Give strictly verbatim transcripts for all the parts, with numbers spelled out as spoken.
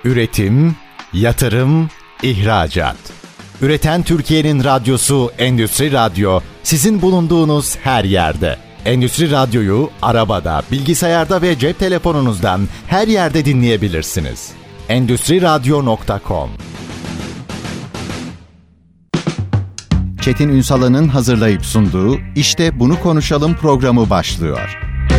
Üretim, yatırım, ihracat. Üreten Türkiye'nin radyosu Endüstri Radyo, sizin bulunduğunuz her yerde. Endüstri Radyo'yu arabada, bilgisayarda ve cep telefonunuzdan her yerde dinleyebilirsiniz. endüstri radyo nokta com. Çetin Ünsal'ın hazırlayıp sunduğu İşte Bunu Konuşalım programı başlıyor.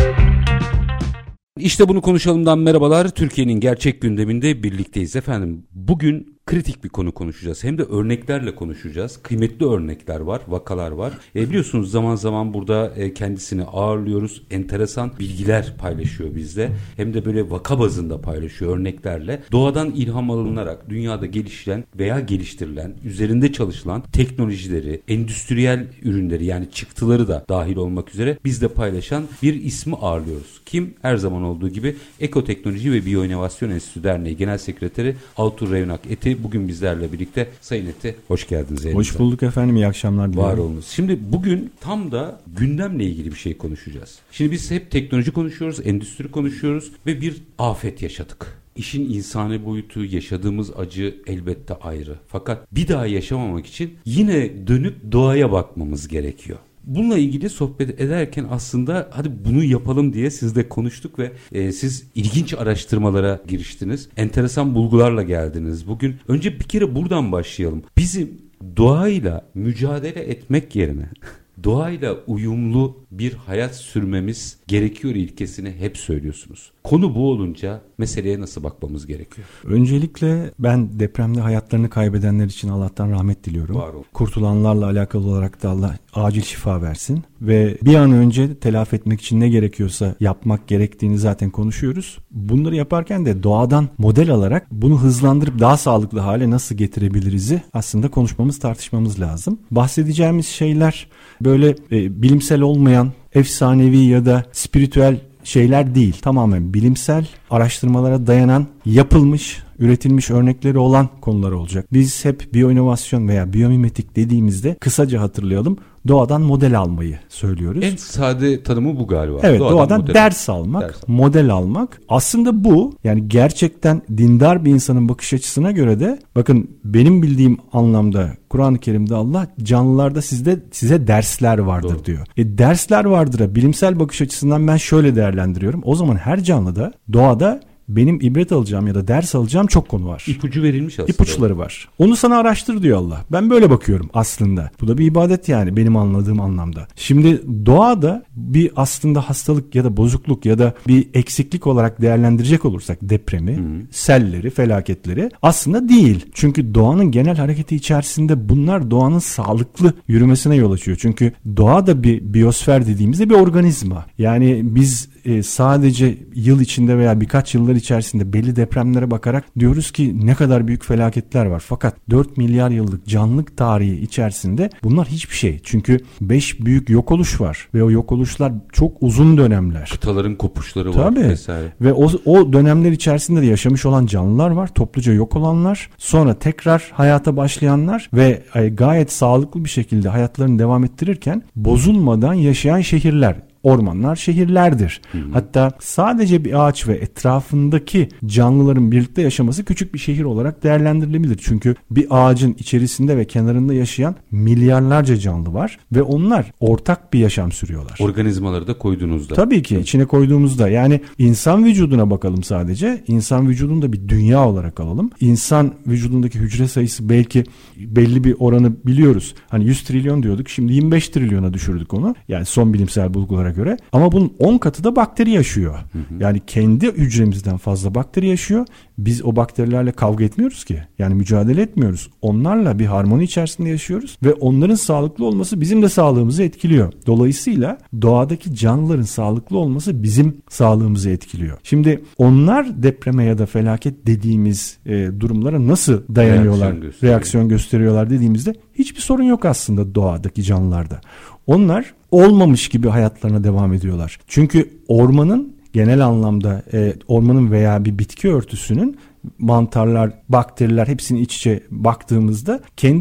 İşte Bunu Konuşalım'dan merhabalar. Türkiye'nin gerçek gündeminde birlikteyiz efendim. Bugün kritik bir konu konuşacağız. Hem de örneklerle konuşacağız. Kıymetli örnekler var, vakalar var. E biliyorsunuz zaman zaman burada e, kendisini ağırlıyoruz. Enteresan bilgiler paylaşıyor bizle. Hem de böyle vaka bazında paylaşıyor örneklerle. Doğadan ilham alınarak dünyada gelişen veya geliştirilen, üzerinde çalışılan teknolojileri, endüstriyel ürünleri yani çıktıları da dahil olmak üzere bizle paylaşan bir ismi ağırlıyoruz. Kim? Her zaman olduğu gibi Ekoteknoloji ve Biyoinovasyon Enstitüsü Derneği Genel Sekreteri Altuğ Revnak Eti bugün bizlerle birlikte. Sayın Eti, hoş geldiniz. Elimizden. Hoş bulduk efendim, iyi akşamlar diliyorum. Var olunuz. Şimdi bugün tam da gündemle ilgili bir şey konuşacağız. Şimdi biz hep teknoloji konuşuyoruz, endüstri konuşuyoruz ve bir afet yaşadık. İşin insani boyutu, yaşadığımız acı elbette ayrı. Fakat bir daha yaşamamak için yine dönüp doğaya bakmamız gerekiyor. Bununla ilgili sohbet ederken aslında hadi bunu yapalım diye sizle konuştuk ve e, siz ilginç araştırmalara giriştiniz. Enteresan bulgularla geldiniz bugün. Önce bir kere buradan başlayalım. Bizim doğayla mücadele etmek yerine doğayla uyumlu bir hayat sürmemiz gerekiyor ilkesini hep söylüyorsunuz. Konu bu olunca meseleye nasıl bakmamız gerekiyor? Öncelikle ben depremde hayatlarını kaybedenler için Allah'tan rahmet diliyorum. Kurtulanlarla alakalı olarak da Allah acil şifa versin. Ve bir an önce telafi etmek için ne gerekiyorsa yapmak gerektiğini zaten konuşuyoruz. Bunları yaparken de doğadan model alarak bunu hızlandırıp daha sağlıklı hale nasıl getirebiliriz'i aslında konuşmamız, tartışmamız lazım. Bahsedeceğimiz şeyler böyle e, bilimsel olmayan, efsanevi ya da spiritüel şeyler değil. Tamamen bilimsel araştırmalara dayanan, yapılmış, üretilmiş örnekleri olan konular olacak. Biz hep biyoinovasyon veya biyomimetik dediğimizde kısaca hatırlayalım. Doğadan model almayı söylüyoruz. En sade tanımı bu galiba. Evet, doğadan, doğadan ders almak, ders almak, model almak. Aslında bu yani gerçekten dindar bir insanın bakış açısına göre de bakın benim bildiğim anlamda Kur'an-ı Kerim'de Allah canlılarda sizde size dersler vardır Doğru. diyor. E dersler vardır. Bilimsel bakış açısından ben şöyle değerlendiriyorum. O zaman her canlıda, doğada benim ibret alacağım ya da ders alacağım çok konu var. İpucu verilmiş aslında. İpuçları var. Onu sana araştır diyor Allah. Ben böyle bakıyorum aslında. Bu da bir ibadet yani benim anladığım anlamda. Şimdi doğada bir aslında hastalık ya da bozukluk ya da bir eksiklik olarak değerlendirecek olursak depremi, hmm. selleri, felaketleri aslında değil. Çünkü doğanın genel hareketi içerisinde bunlar doğanın sağlıklı yürümesine yol açıyor. Çünkü doğa da bir biyosfer dediğimizde bir organizma. Yani biz e, sadece yıl içinde veya birkaç yıllar içerisinde belli depremlere bakarak diyoruz ki ne kadar büyük felaketler var. Fakat dört milyar yıllık canlılık tarihi içerisinde bunlar hiçbir şey. Çünkü beş büyük yok oluş var ve o yok oluşlar çok uzun dönemler. Kıtaların kopuşları Tabii. var vesaire. Ve o, o dönemler içerisinde de yaşamış olan canlılar var. Topluca yok olanlar, sonra tekrar hayata başlayanlar ve gayet sağlıklı bir şekilde hayatlarını devam ettirirken bozulmadan yaşayan şehirler. Ormanlar şehirlerdir. Hı hı. Hatta sadece bir ağaç ve etrafındaki canlıların birlikte yaşaması küçük bir şehir olarak değerlendirilebilir. Çünkü bir ağacın içerisinde ve kenarında yaşayan milyarlarca canlı var ve onlar ortak bir yaşam sürüyorlar. Organizmaları da koyduğunuzda. Tabii ki içine koyduğumuzda yani insan vücuduna bakalım sadece. İnsan vücudunu da bir dünya olarak alalım. İnsan vücudundaki hücre sayısı belki belli bir oranı biliyoruz. Hani yüz trilyon diyorduk. Şimdi yirmi beş trilyona düşürdük onu. Yani son bilimsel bulgulara göre. Ama bunun on katı da bakteri yaşıyor. Hı hı. Yani kendi hücremizden fazla bakteri yaşıyor. Biz o bakterilerle kavga etmiyoruz ki. Yani mücadele etmiyoruz. Onlarla bir harmoni içerisinde yaşıyoruz ve onların sağlıklı olması bizim de sağlığımızı etkiliyor. Dolayısıyla doğadaki canlıların sağlıklı olması bizim sağlığımızı etkiliyor. Şimdi onlar depreme ya da felaket dediğimiz e, durumlara nasıl dayanıyorlar, reaksiyon, reaksiyon gösteriyorlar dediğimizde hiçbir sorun yok aslında doğadaki canlılarda. Onlar olmamış gibi hayatlarına devam ediyorlar. Çünkü ormanın genel anlamda e, ormanın veya bir bitki örtüsünün mantarlar, bakteriler hepsini iç içe baktığımızda kendi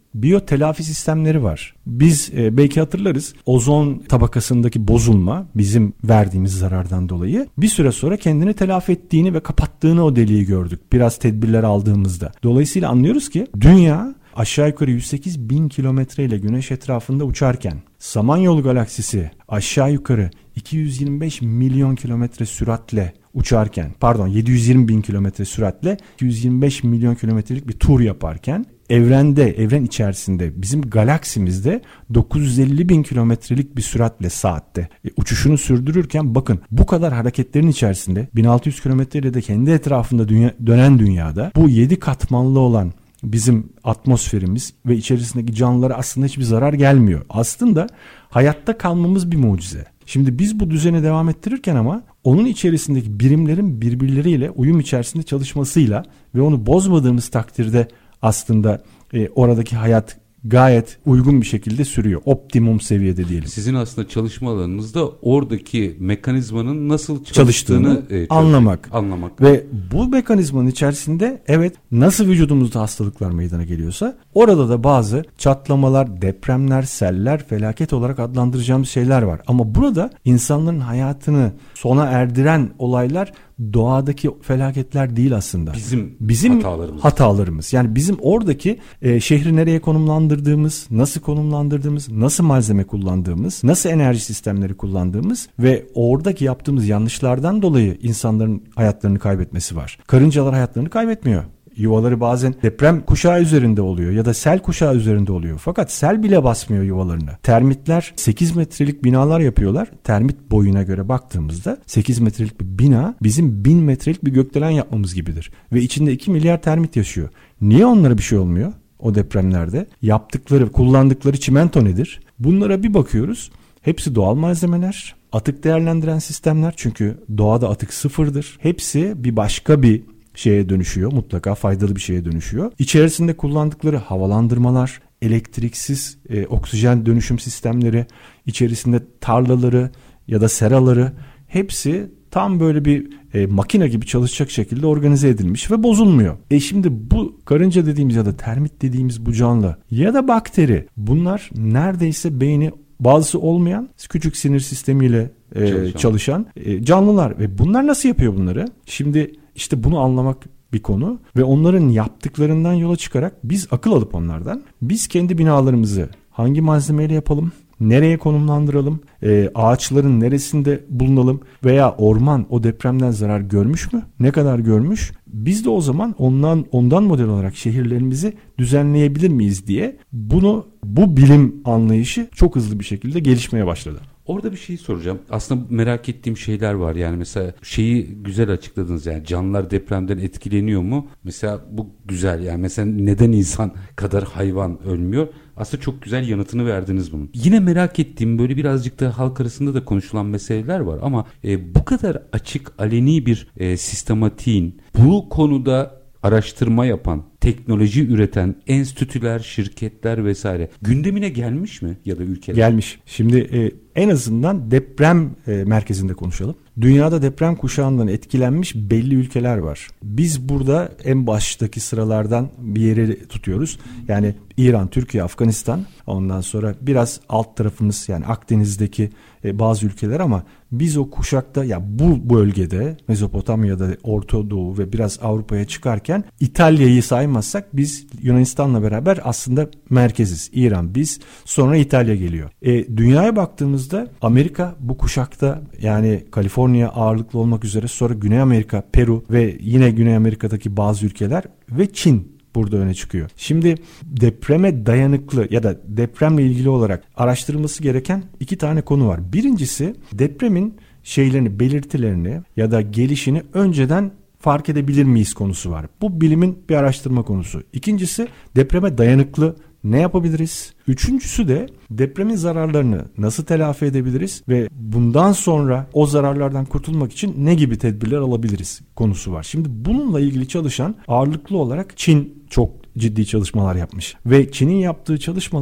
biyotelafi sistemleri var. Biz e, belki hatırlarız, ozon tabakasındaki bozulma bizim verdiğimiz zarardan dolayı bir süre sonra kendini telafi ettiğini ve kapattığını o deliği gördük. Biraz tedbirler aldığımızda. Dolayısıyla anlıyoruz ki dünya aşağı yukarı yüz sekiz bin kilometre ile güneş etrafında uçarken Samanyolu galaksisi aşağı yukarı iki yüz yirmi beş milyon kilometre süratle uçarken, pardon yedi yüz yirmi bin kilometre süratle iki yüz yirmi beş milyon kilometrelik bir tur yaparken evrende, evren içerisinde bizim galaksimizde dokuz yüz elli bin kilometrelik bir süratle saatte e, uçuşunu sürdürürken bakın bu kadar hareketlerin içerisinde bin altı yüz kilometreyle de kendi etrafında dünya, dönen dünyada bu yedi katmanlı olan bizim atmosferimiz ve içerisindeki canlılara aslında hiçbir zarar gelmiyor. Aslında hayatta kalmamız bir mucize. Şimdi biz bu düzeni devam ettirirken ama onun içerisindeki birimlerin birbirleriyle uyum içerisinde çalışmasıyla ve onu bozmadığımız takdirde aslında e, oradaki hayat gayet uygun bir şekilde sürüyor. Optimum seviyede diyelim. Sizin aslında çalışma alanınızda oradaki mekanizmanın nasıl çalıştığını, çalıştığını e, anlamak. anlamak. Ve bu mekanizmanın içerisinde evet nasıl vücudumuzda hastalıklar meydana geliyorsa orada da bazı çatlamalar, depremler, seller, felaket olarak adlandıracağımız şeyler var. Ama burada insanların hayatını sona erdiren olaylar doğadaki felaketler değil aslında. Bizim, bizim hatalarımız. hatalarımız. Yani bizim oradaki e, şehri nereye konumlandırdığımız, nasıl konumlandırdığımız, nasıl malzeme kullandığımız, nasıl enerji sistemleri kullandığımız ve oradaki yaptığımız yanlışlardan dolayı insanların hayatlarını kaybetmesi var. Karıncalar hayatlarını kaybetmiyor. Yuvaları bazen deprem kuşağı üzerinde oluyor ya da sel kuşağı üzerinde oluyor. Fakat sel bile basmıyor yuvalarına. Termitler sekiz metrelik binalar yapıyorlar. Termit boyuna göre baktığımızda sekiz metrelik bir bina bizim bin metrelik bir gökdelen yapmamız gibidir. Ve içinde iki milyar termit yaşıyor. Niye onlara bir şey olmuyor o depremlerde? Yaptıkları, kullandıkları çimento nedir? Bunlara bir bakıyoruz. Hepsi doğal malzemeler. Atık değerlendiren sistemler, çünkü doğada atık sıfırdır. Hepsi bir başka bir şeye dönüşüyor. Mutlaka faydalı bir şeye dönüşüyor. İçerisinde kullandıkları havalandırmalar, elektriksiz e, oksijen dönüşüm sistemleri, içerisinde tarlaları ya da seraları, hepsi tam böyle bir e, makine gibi çalışacak şekilde organize edilmiş ve bozulmuyor. E şimdi bu karınca dediğimiz ya da termit dediğimiz bu canlı ya da bakteri, bunlar neredeyse beyni bazısı olmayan, küçük sinir sistemiyle e, çalışan, çalışan e, canlılar ve bunlar nasıl yapıyor bunları? Şimdi işte bunu anlamak bir konu ve onların yaptıklarından yola çıkarak biz akıl alıp onlardan, biz kendi binalarımızı hangi malzemeyle yapalım, nereye konumlandıralım, e, ağaçların neresinde bulunalım veya orman o depremden zarar görmüş mü, ne kadar görmüş, biz de o zaman ondan ondan model olarak şehirlerimizi düzenleyebilir miyiz diye bunu, bu bilim anlayışı çok hızlı bir şekilde gelişmeye başladı. Orada bir şey soracağım. Aslında merak ettiğim şeyler var. Yani mesela şeyi güzel açıkladınız. Yani canlılar depremden etkileniyor mu? Mesela bu güzel. Yani mesela neden insan kadar hayvan ölmüyor? Aslında çok güzel yanıtını verdiniz bunun. Yine merak ettiğim böyle birazcık da halk arasında da konuşulan meseleler var. Ama e, bu kadar açık, aleni bir e, sistematiğin bu konuda araştırma yapan, teknoloji üreten enstitüler, şirketler vesaire gündemine gelmiş mi ya da ülkeler? Gelmiş. Şimdi e, en azından deprem e, merkezinde konuşalım. Dünyada deprem kuşağından etkilenmiş belli ülkeler var. Biz burada en baştaki sıralardan bir yeri tutuyoruz. Yani İran, Türkiye, Afganistan. Ondan sonra biraz alt tarafımız, yani Akdeniz'deki e, bazı ülkeler, ama biz o kuşakta, ya bu bölgede Mezopotamya'da, Orta Doğu ve biraz Avrupa'ya çıkarken İtalya'yı saymazsak biz Yunanistan'la beraber aslında merkeziz. İran biz, sonra İtalya geliyor. E, dünyaya baktığımızda Amerika bu kuşakta, yani Kaliforniya ağırlıklı olmak üzere, sonra Güney Amerika, Peru ve yine Güney Amerika'daki bazı ülkeler ve Çin burada öne çıkıyor. Şimdi depreme dayanıklı ya da depremle ilgili olarak araştırılması gereken iki tane konu var. Birincisi, depremin şeylerini, belirtilerini ya da gelişini önceden fark edebilir miyiz konusu var. Bu bilimin bir araştırma konusu. İkincisi, depreme dayanıklı ne yapabiliriz? Üçüncüsü de depremin zararlarını nasıl telafi edebiliriz ve bundan sonra o zararlardan kurtulmak için ne gibi tedbirler alabiliriz konusu var. Şimdi bununla ilgili çalışan ağırlıklı olarak Çin çok ciddi çalışmalar yapmış ve Çin'in yaptığı çalışmalar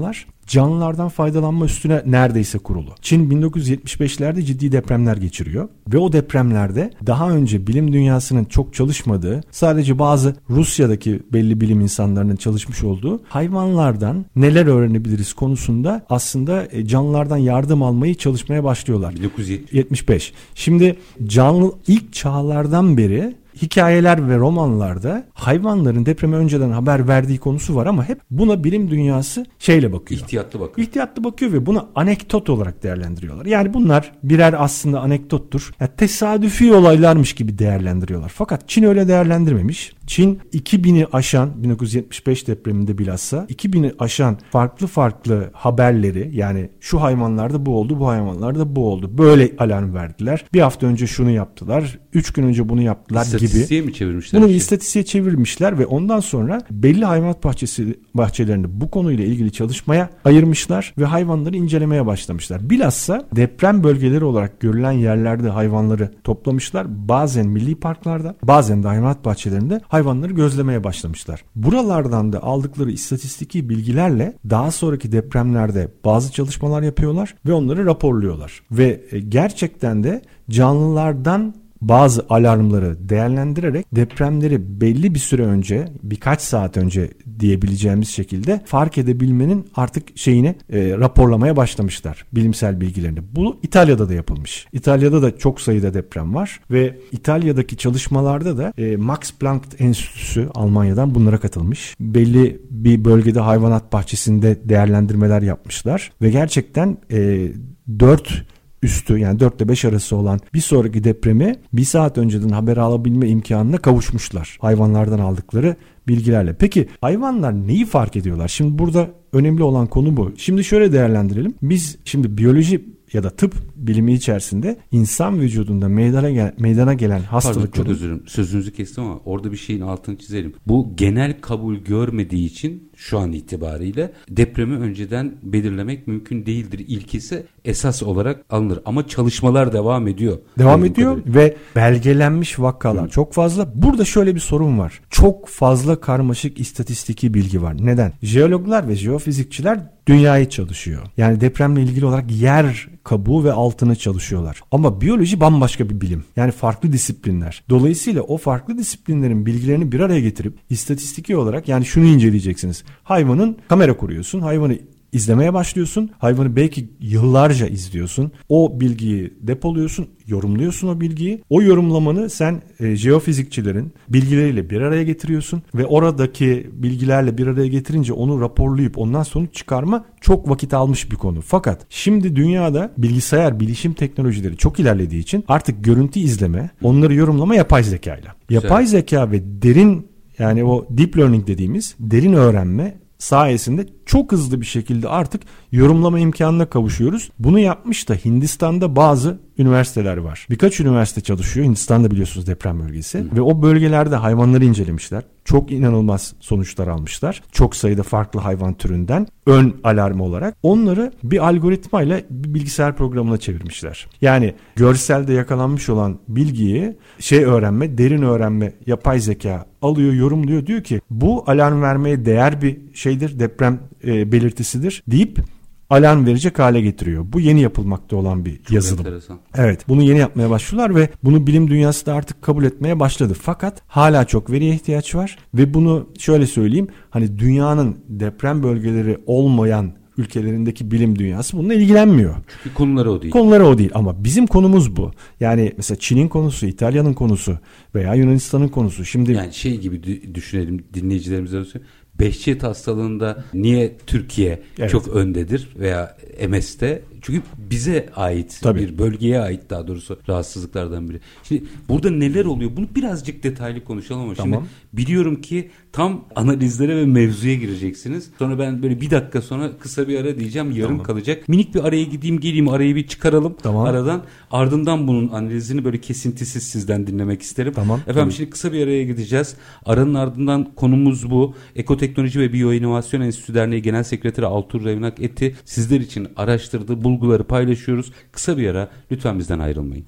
canlılardan faydalanma üstüne neredeyse kurulu. Çin bin dokuz yüz yetmiş beşlerde ciddi depremler geçiriyor ve o depremlerde daha önce bilim dünyasının çok çalışmadığı, sadece bazı Rusya'daki belli bilim insanlarının çalışmış olduğu hayvanlardan neler öğrenebiliriz konusunda aslında canlılardan yardım almayı çalışmaya başlıyorlar. bin dokuz yüz yetmiş beş. Şimdi canlı ilk çağlardan beri hikayeler ve romanlarda hayvanların depreme önceden haber verdiği konusu var ama hep buna bilim dünyası şeyle bakıyor. İhtiyatlı bakıyor. İhtiyatlı bakıyor ve bunu anekdot olarak değerlendiriyorlar. Yani bunlar birer aslında anekdottur. Yani tesadüfi olaylarmış gibi değerlendiriyorlar. Fakat Çin öyle değerlendirmemiş. Çin iki bini aşan, bin dokuz yüz yetmiş beş depreminde bilhassa iki bini aşan farklı farklı haberleri, yani şu hayvanlarda bu oldu, bu hayvanlarda bu oldu, böyle alarm verdiler. Bir hafta önce şunu yaptılar, üç gün önce bunu yaptılar gibi. İstatistiğe mi çevirmişler? Bunu şey? istatistiğe çevirmişler ve ondan sonra belli hayvanat bahçesi bahçelerini bu konuyla ilgili çalışmaya ayırmışlar ve hayvanları incelemeye başlamışlar. Bilhassa deprem bölgeleri olarak görülen yerlerde hayvanları toplamışlar. Bazen milli parklarda, bazen de hayvanat bahçelerinde hayvanları gözlemeye başlamışlar. Buralardan da aldıkları istatistiki bilgilerle daha sonraki depremlerde bazı çalışmalar yapıyorlar ve onları raporluyorlar. Ve gerçekten de canlılardan bazı alarmları değerlendirerek depremleri belli bir süre önce, birkaç saat önce diyebileceğimiz şekilde fark edebilmenin artık şeyini e, raporlamaya başlamışlar, bilimsel bilgilerini. Bu İtalya'da da yapılmış. İtalya'da da çok sayıda deprem var ve İtalya'daki çalışmalarda da e, Max Planck Enstitüsü Almanya'dan bunlara katılmış. Belli bir bölgede hayvanat bahçesinde değerlendirmeler yapmışlar ve gerçekten e, dört üstü, yani dört ile beş arası olan bir sonraki depremi bir saat önceden haber alabilme imkanına kavuşmuşlar hayvanlardan aldıkları bilgilerle. Peki hayvanlar neyi fark ediyorlar? Şimdi burada önemli olan konu bu. Şimdi şöyle değerlendirelim. Biz şimdi biyoloji ya da tıp bilimi içerisinde insan vücudunda meydana, gel- meydana gelen hastalıkların... Pardon, çok özür dilerim. Sözünüzü kestim ama orada bir şeyin altını çizelim. Bu genel kabul görmediği için şu an itibariyle depremi önceden belirlemek mümkün değildir ilkesi esas olarak alınır. Ama çalışmalar devam ediyor. Devam ediyor kadarıyla. Ve belgelenmiş vakalar Hı. çok fazla. Burada şöyle bir sorun var. Çok fazla karmaşık istatistiki bilgi var. Neden? Jeologlar ve jeofizikçiler dünyayı çalışıyor. Yani depremle ilgili olarak yer kabuğu ve altını çalışıyorlar. Ama biyoloji bambaşka bir bilim. Yani farklı disiplinler. Dolayısıyla o farklı disiplinlerin bilgilerini bir araya getirip istatistiki olarak, yani şunu inceleyeceksiniz. Hayvanın kamera kuruyorsun. Hayvanı izlemeye başlıyorsun. Hayvanı belki yıllarca izliyorsun. O bilgiyi depoluyorsun, yorumluyorsun o bilgiyi. O yorumlamanı sen e, jeofizikçilerin bilgileriyle bir araya getiriyorsun ve oradaki bilgilerle bir araya getirince onu raporlayıp ondan sonuç çıkarma çok vakit almış bir konu. Fakat şimdi dünyada bilgisayar, bilişim teknolojileri çok ilerlediği için artık görüntü izleme, onları yorumlama yapay zekayla. Yapay zeka ve derin, yani o deep learning dediğimiz derin öğrenme sayesinde çok hızlı bir şekilde artık yorumlama imkanına kavuşuyoruz. Bunu yapmış da Hindistan'da bazı üniversiteler var. Birkaç üniversite çalışıyor. Hindistan'da biliyorsunuz deprem bölgesi. Hı. Ve o bölgelerde hayvanları incelemişler. Çok inanılmaz sonuçlar almışlar. Çok sayıda farklı hayvan türünden ön alarm olarak. Onları bir algoritmayla bir bilgisayar programına çevirmişler. Yani görselde yakalanmış olan bilgiyi şey öğrenme, derin öğrenme, yapay zeka alıyor, yorumluyor. Diyor ki bu alarm vermeye değer bir şeydir, deprem e, belirtisidir deyip alarm verecek hale getiriyor. Bu yeni yapılmakta olan bir Çok yazılım. Enteresan. Evet, bunu yeni yapmaya başlıyorlar ve bunu bilim dünyası da artık kabul etmeye başladı. Fakat hala çok veriye ihtiyaç var ve bunu şöyle söyleyeyim, hani dünyanın deprem bölgeleri olmayan ülkelerindeki bilim dünyası bununla ilgilenmiyor. Çünkü konuları o değil. Konuları o değil ama bizim konumuz bu. Yani mesela Çin'in konusu, İtalya'nın konusu veya Yunanistan'ın konusu. Şimdi yani şey gibi düşünelim, dinleyicilerimize söyleyeyim. Behçet hastalığında niye Türkiye evet. çok öndedir veya M S'te? Çünkü bize ait Tabii. bir bölgeye ait daha doğrusu rahatsızlıklardan biri. Şimdi burada neler oluyor? Bunu birazcık detaylı konuşalım ama tamam. Şimdi biliyorum ki tam analizlere ve mevzuya gireceksiniz. Sonra ben böyle bir dakika sonra kısa bir ara diyeceğim. Yarım tamam. kalacak. Minik bir araya gideyim geleyim. Arayı bir çıkaralım tamam. aradan. Ardından bunun analizini böyle kesintisiz sizden dinlemek isterim. Tamam. Efendim tamam. Şimdi kısa bir araya gideceğiz. Aranın ardından konumuz bu. Ekoteknoloji ve Biyoinovasyon Enstitüsü Derneği Genel Sekreteri Altuğ Revnak Eti sizler için araştırdığı bulguları paylaşıyoruz. Kısa bir ara, lütfen bizden ayrılmayın.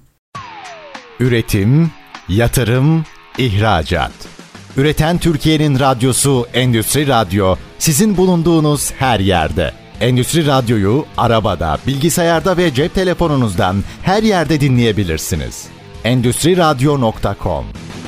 Üretim, yatırım, ihracat. Üreten Türkiye'nin radyosu Endüstri Radyo sizin bulunduğunuz her yerde. Endüstri Radyo'yu arabada, bilgisayarda ve cep telefonunuzdan her yerde dinleyebilirsiniz. endüstri radyo nokta com.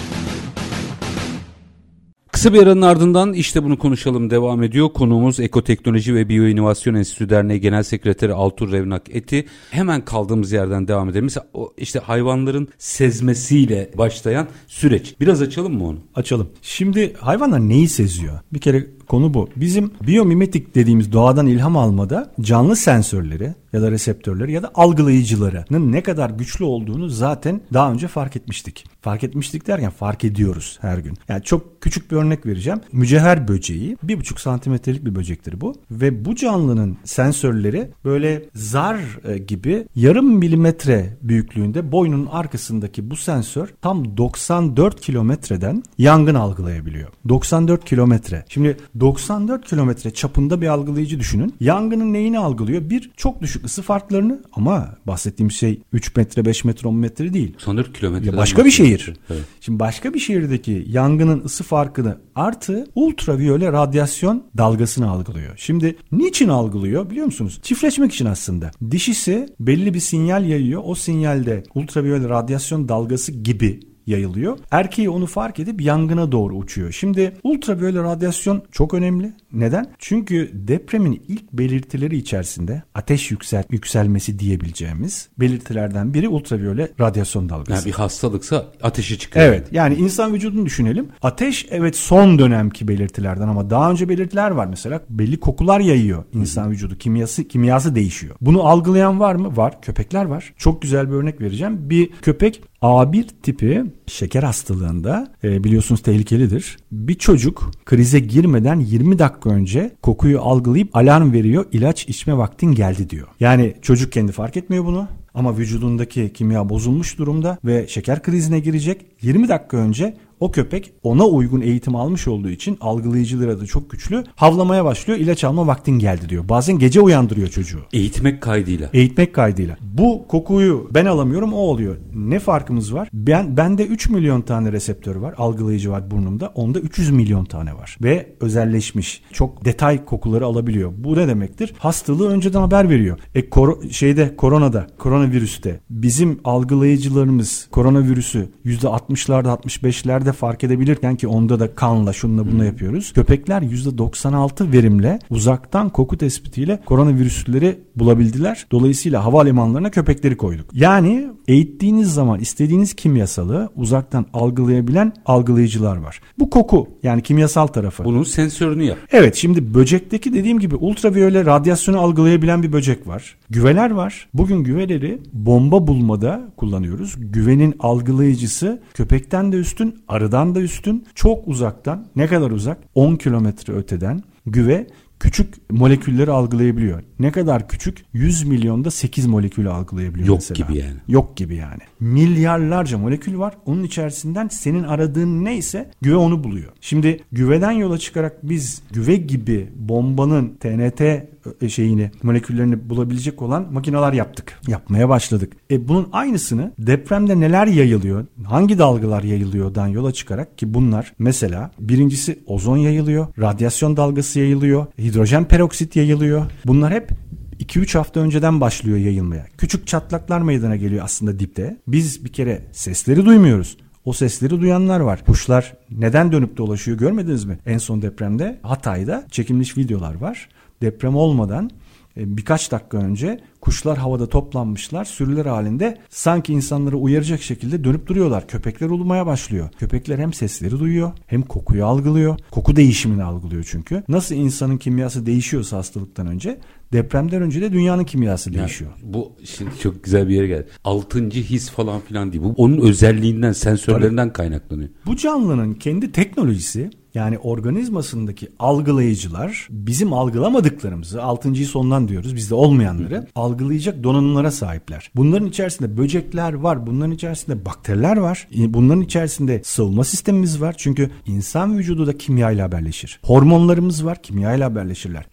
Kısa bir aranın ardından işte bunu konuşalım devam ediyor. Konuğumuz Ekoteknoloji ve Biyoinovasyon Enstitüsü Derneği Genel Sekreteri Altur Revnak Eti. Hemen kaldığımız yerden devam edelim. Mesela o işte hayvanların sezmesiyle başlayan süreç. Biraz açalım mı onu? Açalım. Şimdi hayvanlar neyi seziyor? Bir kere konu bu. Bizim biyomimetik dediğimiz doğadan ilham almada canlı sensörleri ya da reseptörleri ya da algılayıcılarının ne kadar güçlü olduğunu zaten daha önce fark etmiştik. Fark etmiştik derken fark ediyoruz her gün. Yani çok küçük bir örnek vereceğim. Mücevher böceği bir buçuk santimetrelik bir böcektir bu. Ve bu canlının sensörleri böyle zar gibi yarım milimetre büyüklüğünde boynunun arkasındaki bu sensör tam doksan dört kilometreden yangın algılayabiliyor. doksan dört kilometre. Şimdi doksan dört kilometre çapında bir algılayıcı düşünün. Yangının neyini algılıyor? Bir, çok düşük ısı farklarını, ama bahsettiğim şey üç metre, beş metre, on metre değil. doksan dört kilometre. Başka bir şehir. Evet. Şimdi başka bir şehirdeki yangının ısı farkını artı ultraviyole radyasyon dalgasını algılıyor. Şimdi niçin algılıyor biliyor musunuz? Çiftleşmek için aslında. Dişisi belli bir sinyal yayıyor. O sinyalde ultraviyole radyasyon dalgası gibi yayılıyor. Erkeği onu fark edip yangına doğru uçuyor. Şimdi ultraviyole radyasyon çok önemli. Neden? Çünkü depremin ilk belirtileri içerisinde ateş yüksel yükselmesi diyebileceğimiz belirtilerden biri ultraviyole radyasyon dalgası. Yani bir hastalıksa ateşi çıkıyor. Evet. Yani insan vücudunu düşünelim. Ateş evet son dönemki belirtilerden, ama daha önce belirtiler var. Mesela belli kokular yayıyor insan vücudu. Kimyası kimyası değişiyor. Bunu algılayan var mı? Var. Köpekler var. Çok güzel bir örnek vereceğim. Bir köpek A bir tipi şeker hastalığında e, biliyorsunuz tehlikelidir. Bir çocuk krize girmeden yirmi dakika önce kokuyu algılayıp alarm veriyor. İlaç içme vaktin geldi diyor. Yani çocuk kendi fark etmiyor bunu. Ama vücudundaki kimya bozulmuş durumda ve şeker krizine girecek. yirmi dakika önce o köpek ona uygun eğitim almış olduğu için algılayıcıları da çok güçlü. Havlamaya başlıyor. İlaç alma vaktin geldi diyor. Bazen gece uyandırıyor çocuğu. Eğitmek kaydıyla. Eğitmek kaydıyla. Bu kokuyu ben alamıyorum, o oluyor. Ne farkımız var? Ben bende üç milyon tane reseptör var. Algılayıcı var burnumda. Onda üç yüz milyon tane var. Ve özelleşmiş. Çok detay kokuları alabiliyor. Bu ne demektir? Hastalığı önceden haber veriyor. E kor- şeyde koronada, koronavirüste bizim algılayıcılarımız koronavirüsü yüzde altmışlarda altmış beşlerde fark edebilirken, ki onda da kanla şununla bununla yapıyoruz. Köpekler yüzde doksan altı verimle uzaktan koku tespitiyle koronavirüsleri bulabildiler. Dolayısıyla havalimanlarına köpekleri koyduk. Yani eğittiğiniz zaman istediğiniz kimyasalı uzaktan algılayabilen algılayıcılar var. Bu koku, yani kimyasal tarafı. Bunun sensörünü yap. Evet, şimdi böcekteki dediğim gibi ultraviyole radyasyonu algılayabilen bir böcek var. Güveler var. Bugün güveleri bomba bulmada kullanıyoruz. Güvenin algılayıcısı köpekten de üstün, arıdan da üstün. Çok uzaktan, ne kadar uzak? on kilometre öteden güve küçük molekülleri algılayabiliyor. Ne kadar küçük? yüz milyonda sekiz molekülü algılayabiliyor Yok mesela. gibi yani. Yok gibi yani. Milyarlarca molekül var. Onun içerisinden senin aradığın neyse güve onu buluyor. Şimdi güveden yola çıkarak biz güve gibi bombanın T N T şeyini, moleküllerini bulabilecek olan makineler yaptık. Yapmaya başladık. E bunun aynısını depremde neler yayılıyor, hangi dalgalar yayılıyordan yola çıkarak, ki bunlar mesela birincisi ozon yayılıyor, radyasyon dalgası yayılıyor, hidrojen peroksit yayılıyor. Bunlar hep iki üç hafta önceden başlıyor yayılmaya. Küçük çatlaklar meydana geliyor aslında dipte. Biz bir kere sesleri duymuyoruz. O sesleri duyanlar var. Kuşlar neden dönüp dolaşıyor görmediniz mi? En son depremde Hatay'da çekilmiş videolar var. Deprem olmadan birkaç dakika önce kuşlar havada toplanmışlar, sürüler halinde sanki insanları uyaracak şekilde dönüp duruyorlar. Köpekler ulumaya başlıyor. Köpekler hem sesleri duyuyor hem kokuyu algılıyor. Koku değişimini algılıyor çünkü. Nasıl insanın kimyası değişiyorsa hastalıktan önce, depremden önce de dünyanın kimyası yani değişiyor. Bu şimdi çok güzel bir yere geldi. Altıncı his falan filan değil. Bu onun özelliğinden, sensörlerinden Tabii. kaynaklanıyor. Bu canlının kendi teknolojisi, yani organizmasındaki algılayıcılar bizim algılamadıklarımızı, altıncıyı sondan diyoruz, bizde olmayanları Hı. algılayacak donanımlara sahipler. Bunların içerisinde böcekler var, bunların içerisinde bakteriler var, bunların içerisinde savunma sistemimiz var. Çünkü insan vücudu da kimyayla haberleşir. Hormonlarımız var, kimyayla haberleşirler.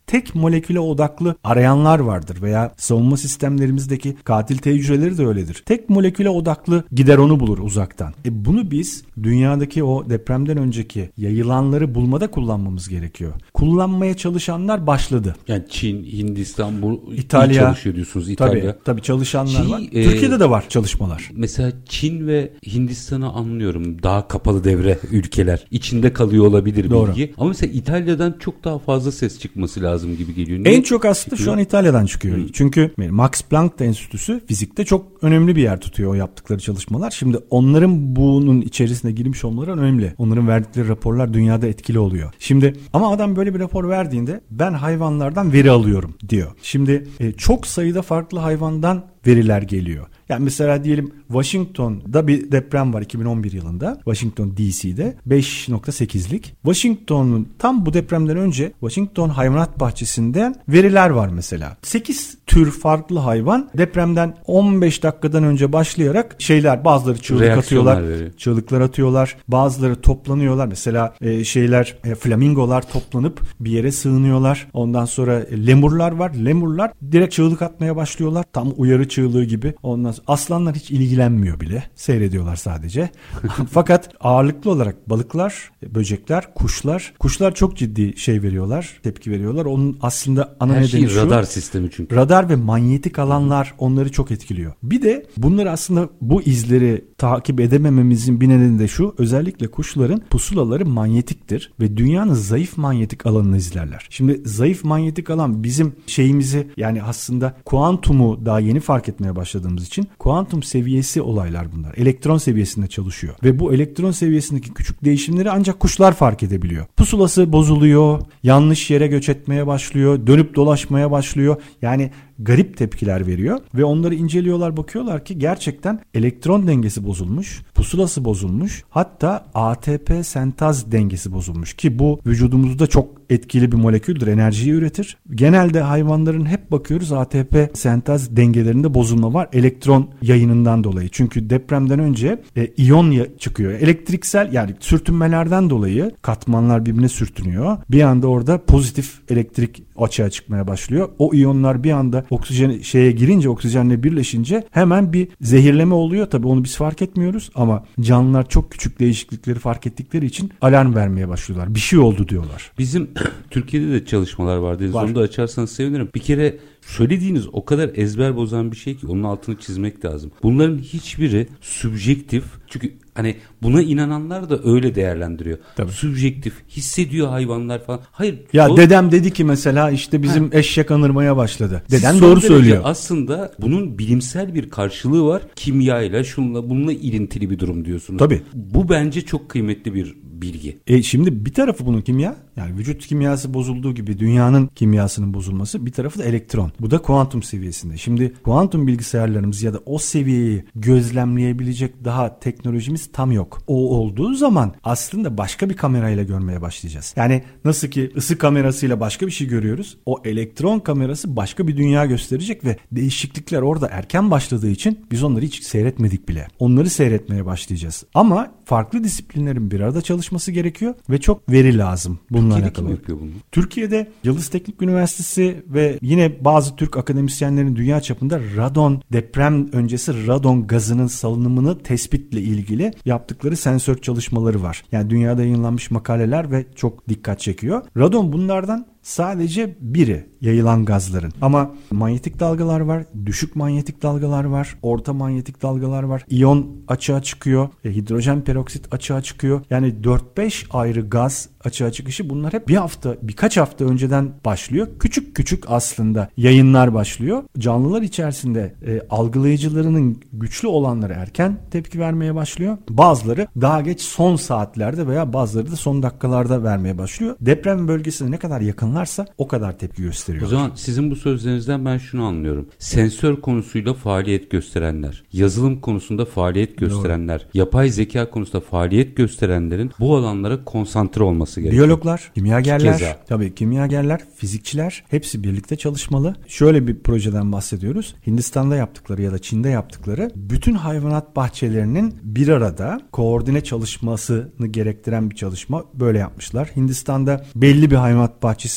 tek moleküle odaklı arayanlar vardır veya savunma sistemlerimizdeki katil T hücreleri de öyledir. Tek moleküle odaklı gider onu bulur uzaktan. E bunu biz dünyadaki o depremden önceki yayılanları bulmada kullanmamız gerekiyor. Kullanmaya çalışanlar başladı. Yani Çin, Hindistan, bu İtalya çalışıyor diyorsunuz. İtalya. Tabii, tabii çalışanlar Çin, var. e, Türkiye'de de var çalışmalar. Mesela Çin ve Hindistan'ı anlıyorum. Daha kapalı devre ülkeler. İçinde kalıyor olabilir Doğru. bilgi. Ama mesela İtalya'dan çok daha fazla ses çıkması lazım gibi geliyor. En çok aslında çıkıyor? şu an İtalya'dan çıkıyor. Hı. Çünkü Max Planck Enstitüsü fizikte çok önemli bir yer tutuyor o yaptıkları çalışmalar. Şimdi onların bunun içerisine girmiş olmaları önemli. Onların verdikleri raporlar dünyada etkili oluyor. Şimdi ama adam böyle bir rapor verdiğinde ben hayvanlardan veri alıyorum diyor. Şimdi e, çok sayıda farklı hayvandan veriler geliyor. Yani mesela diyelim Washington'da bir deprem var iki bin on bir yılında. Washington D C'de beş nokta sekizlik. Washington'un tam bu depremden önce Washington Hayvanat Bahçesi'nden veriler var mesela. sekiz tür farklı hayvan depremden on beş dakikadan önce başlayarak şeyler, bazıları çığlık atıyorlar. Veriyor. Çığlıklar atıyorlar. Bazıları toplanıyorlar. Mesela e, şeyler e, flamingolar toplanıp bir yere sığınıyorlar. Ondan sonra e, lemurlar var. Lemurlar direkt çığlık atmaya başlıyorlar. Tam uyarı çığlığı gibi. Ondan sonra aslanlar hiç ilgilenmiyor bile. Seyrediyorlar sadece. Fakat ağırlıklı olarak balıklar, böcekler, kuşlar. Kuşlar çok ciddi şey veriyorlar. Tepki veriyorlar. Onun aslında ana Her nedeni şey şu. radar sistemi çünkü. Radar ve manyetik alanlar onları çok etkiliyor. Bir de bunları aslında bu izleri takip edemememizin bir nedeni de şu. Özellikle kuşların pusulaları manyetiktir ve dünyanın zayıf manyetik alanını izlerler. Şimdi zayıf manyetik alan bizim şeyimizi, yani aslında kuantumu daha yeni fark etmeye başladığımız için kuantum seviyesi olaylar bunlar. Elektron seviyesinde çalışıyor. Ve bu elektron seviyesindeki küçük değişimleri ancak kuşlar fark edebiliyor. Pusulası bozuluyor, yanlış yere göç etmeye başlıyor, dönüp dolaşmaya başlıyor. Yani garip tepkiler veriyor ve onları inceliyorlar, bakıyorlar ki gerçekten elektron dengesi bozulmuş, pusulası bozulmuş, hatta A T P sentaz dengesi bozulmuş ki bu vücudumuzda çok etkili bir moleküldür, enerjiyi üretir. Genelde hayvanların hep bakıyoruz A T P sentaz dengelerinde bozulma var elektron yayınından dolayı. Çünkü depremden önce e, iyon çıkıyor. Elektriksel, yani sürtünmelerden dolayı katmanlar birbirine sürtünüyor. Bir anda orada pozitif elektrik açığa çıkmaya başlıyor. O iyonlar bir anda oksijen şeye girince, oksijenle birleşince hemen bir zehirleme oluyor. Tabii onu biz fark etmiyoruz ama canlılar çok küçük değişiklikleri fark ettikleri için alarm vermeye başlıyorlar. Bir şey oldu diyorlar. Bizim Türkiye'de de çalışmalar vardı. Var. Onu da açarsanız sevinirim. Bir kere söylediğiniz o kadar ezber bozan bir şey ki onun altını çizmek lazım. Bunların hiçbiri subjektif. Çünkü hani buna inananlar da öyle değerlendiriyor. Tabii. Subjektif, hissediyor hayvanlar falan. Hayır. Ya o... dedem dedi ki mesela işte bizim ha. eşek anırmaya başladı. Dedem Son doğru söylüyor. Aslında bunun bilimsel bir karşılığı var. Kimyayla, şunla, bununla ilintili bir durum diyorsunuz. Tabii. Bu bence çok kıymetli bir bilgi. E şimdi bir tarafı bunun kimya, yani vücut kimyası bozulduğu gibi dünyanın kimyasının bozulması, bir tarafı da elektron. Bu da kuantum seviyesinde. Şimdi kuantum bilgisayarlarımız ya da o seviyeyi gözlemleyebilecek daha teknolojimiz tam yok. O olduğu zaman aslında başka bir kamerayla görmeye başlayacağız. Yani nasıl ki ısı kamerasıyla başka bir şey görüyoruz, o elektron kamerası başka bir dünya gösterecek ve değişiklikler orada erken başladığı için biz onları hiç seyretmedik bile. Onları seyretmeye başlayacağız. Ama farklı disiplinlerin bir arada çalışması gerekiyor ve çok veri lazım bununla Türkiye'de alakalı. kim yapıyor bunu? Türkiye'de Yıldız Teknik Üniversitesi ve yine bazı Türk akademisyenlerin dünya çapında radon, deprem öncesi radon gazının salınımını tespitle ilgili yaptıkları sensör çalışmaları var. Yani dünyada yayınlanmış makaleler ve çok dikkat çekiyor. Radon bunlardan sadece biri yayılan gazların. Ama manyetik dalgalar var, düşük manyetik dalgalar var, orta manyetik dalgalar var. İyon açığa çıkıyor, e, hidrojen peroksit açığa çıkıyor. Yani dört beş ayrı gaz açığa çıkışı, bunlar hep bir hafta, birkaç hafta önceden başlıyor. Küçük küçük aslında yayınlar başlıyor. Canlılar içerisinde e, algılayıcılarının güçlü olanları erken tepki vermeye başlıyor. Bazıları daha geç son saatlerde veya bazıları da son dakikalarda vermeye başlıyor. Deprem bölgesine ne kadar yakınlarsa o kadar tepki gösteriyor. O zaman sizin bu sözlerinizden ben şunu anlıyorum. Sensör konusuyla faaliyet gösterenler, yazılım konusunda faaliyet gösterenler, Doğru. yapay zeka konusunda faaliyet gösterenlerin bu alanlara konsantre olması gerekiyor. Biyologlar, kimyagerler, Keza. tabii kimyagerler, fizikçiler hepsi birlikte çalışmalı. Şöyle bir projeden bahsediyoruz. Hindistan'da yaptıkları ya da Çin'de yaptıkları bütün hayvanat bahçelerinin bir arada koordine çalışmasını gerektiren bir çalışma böyle yapmışlar. Hindistan'da belli bir hayvanat bahçesi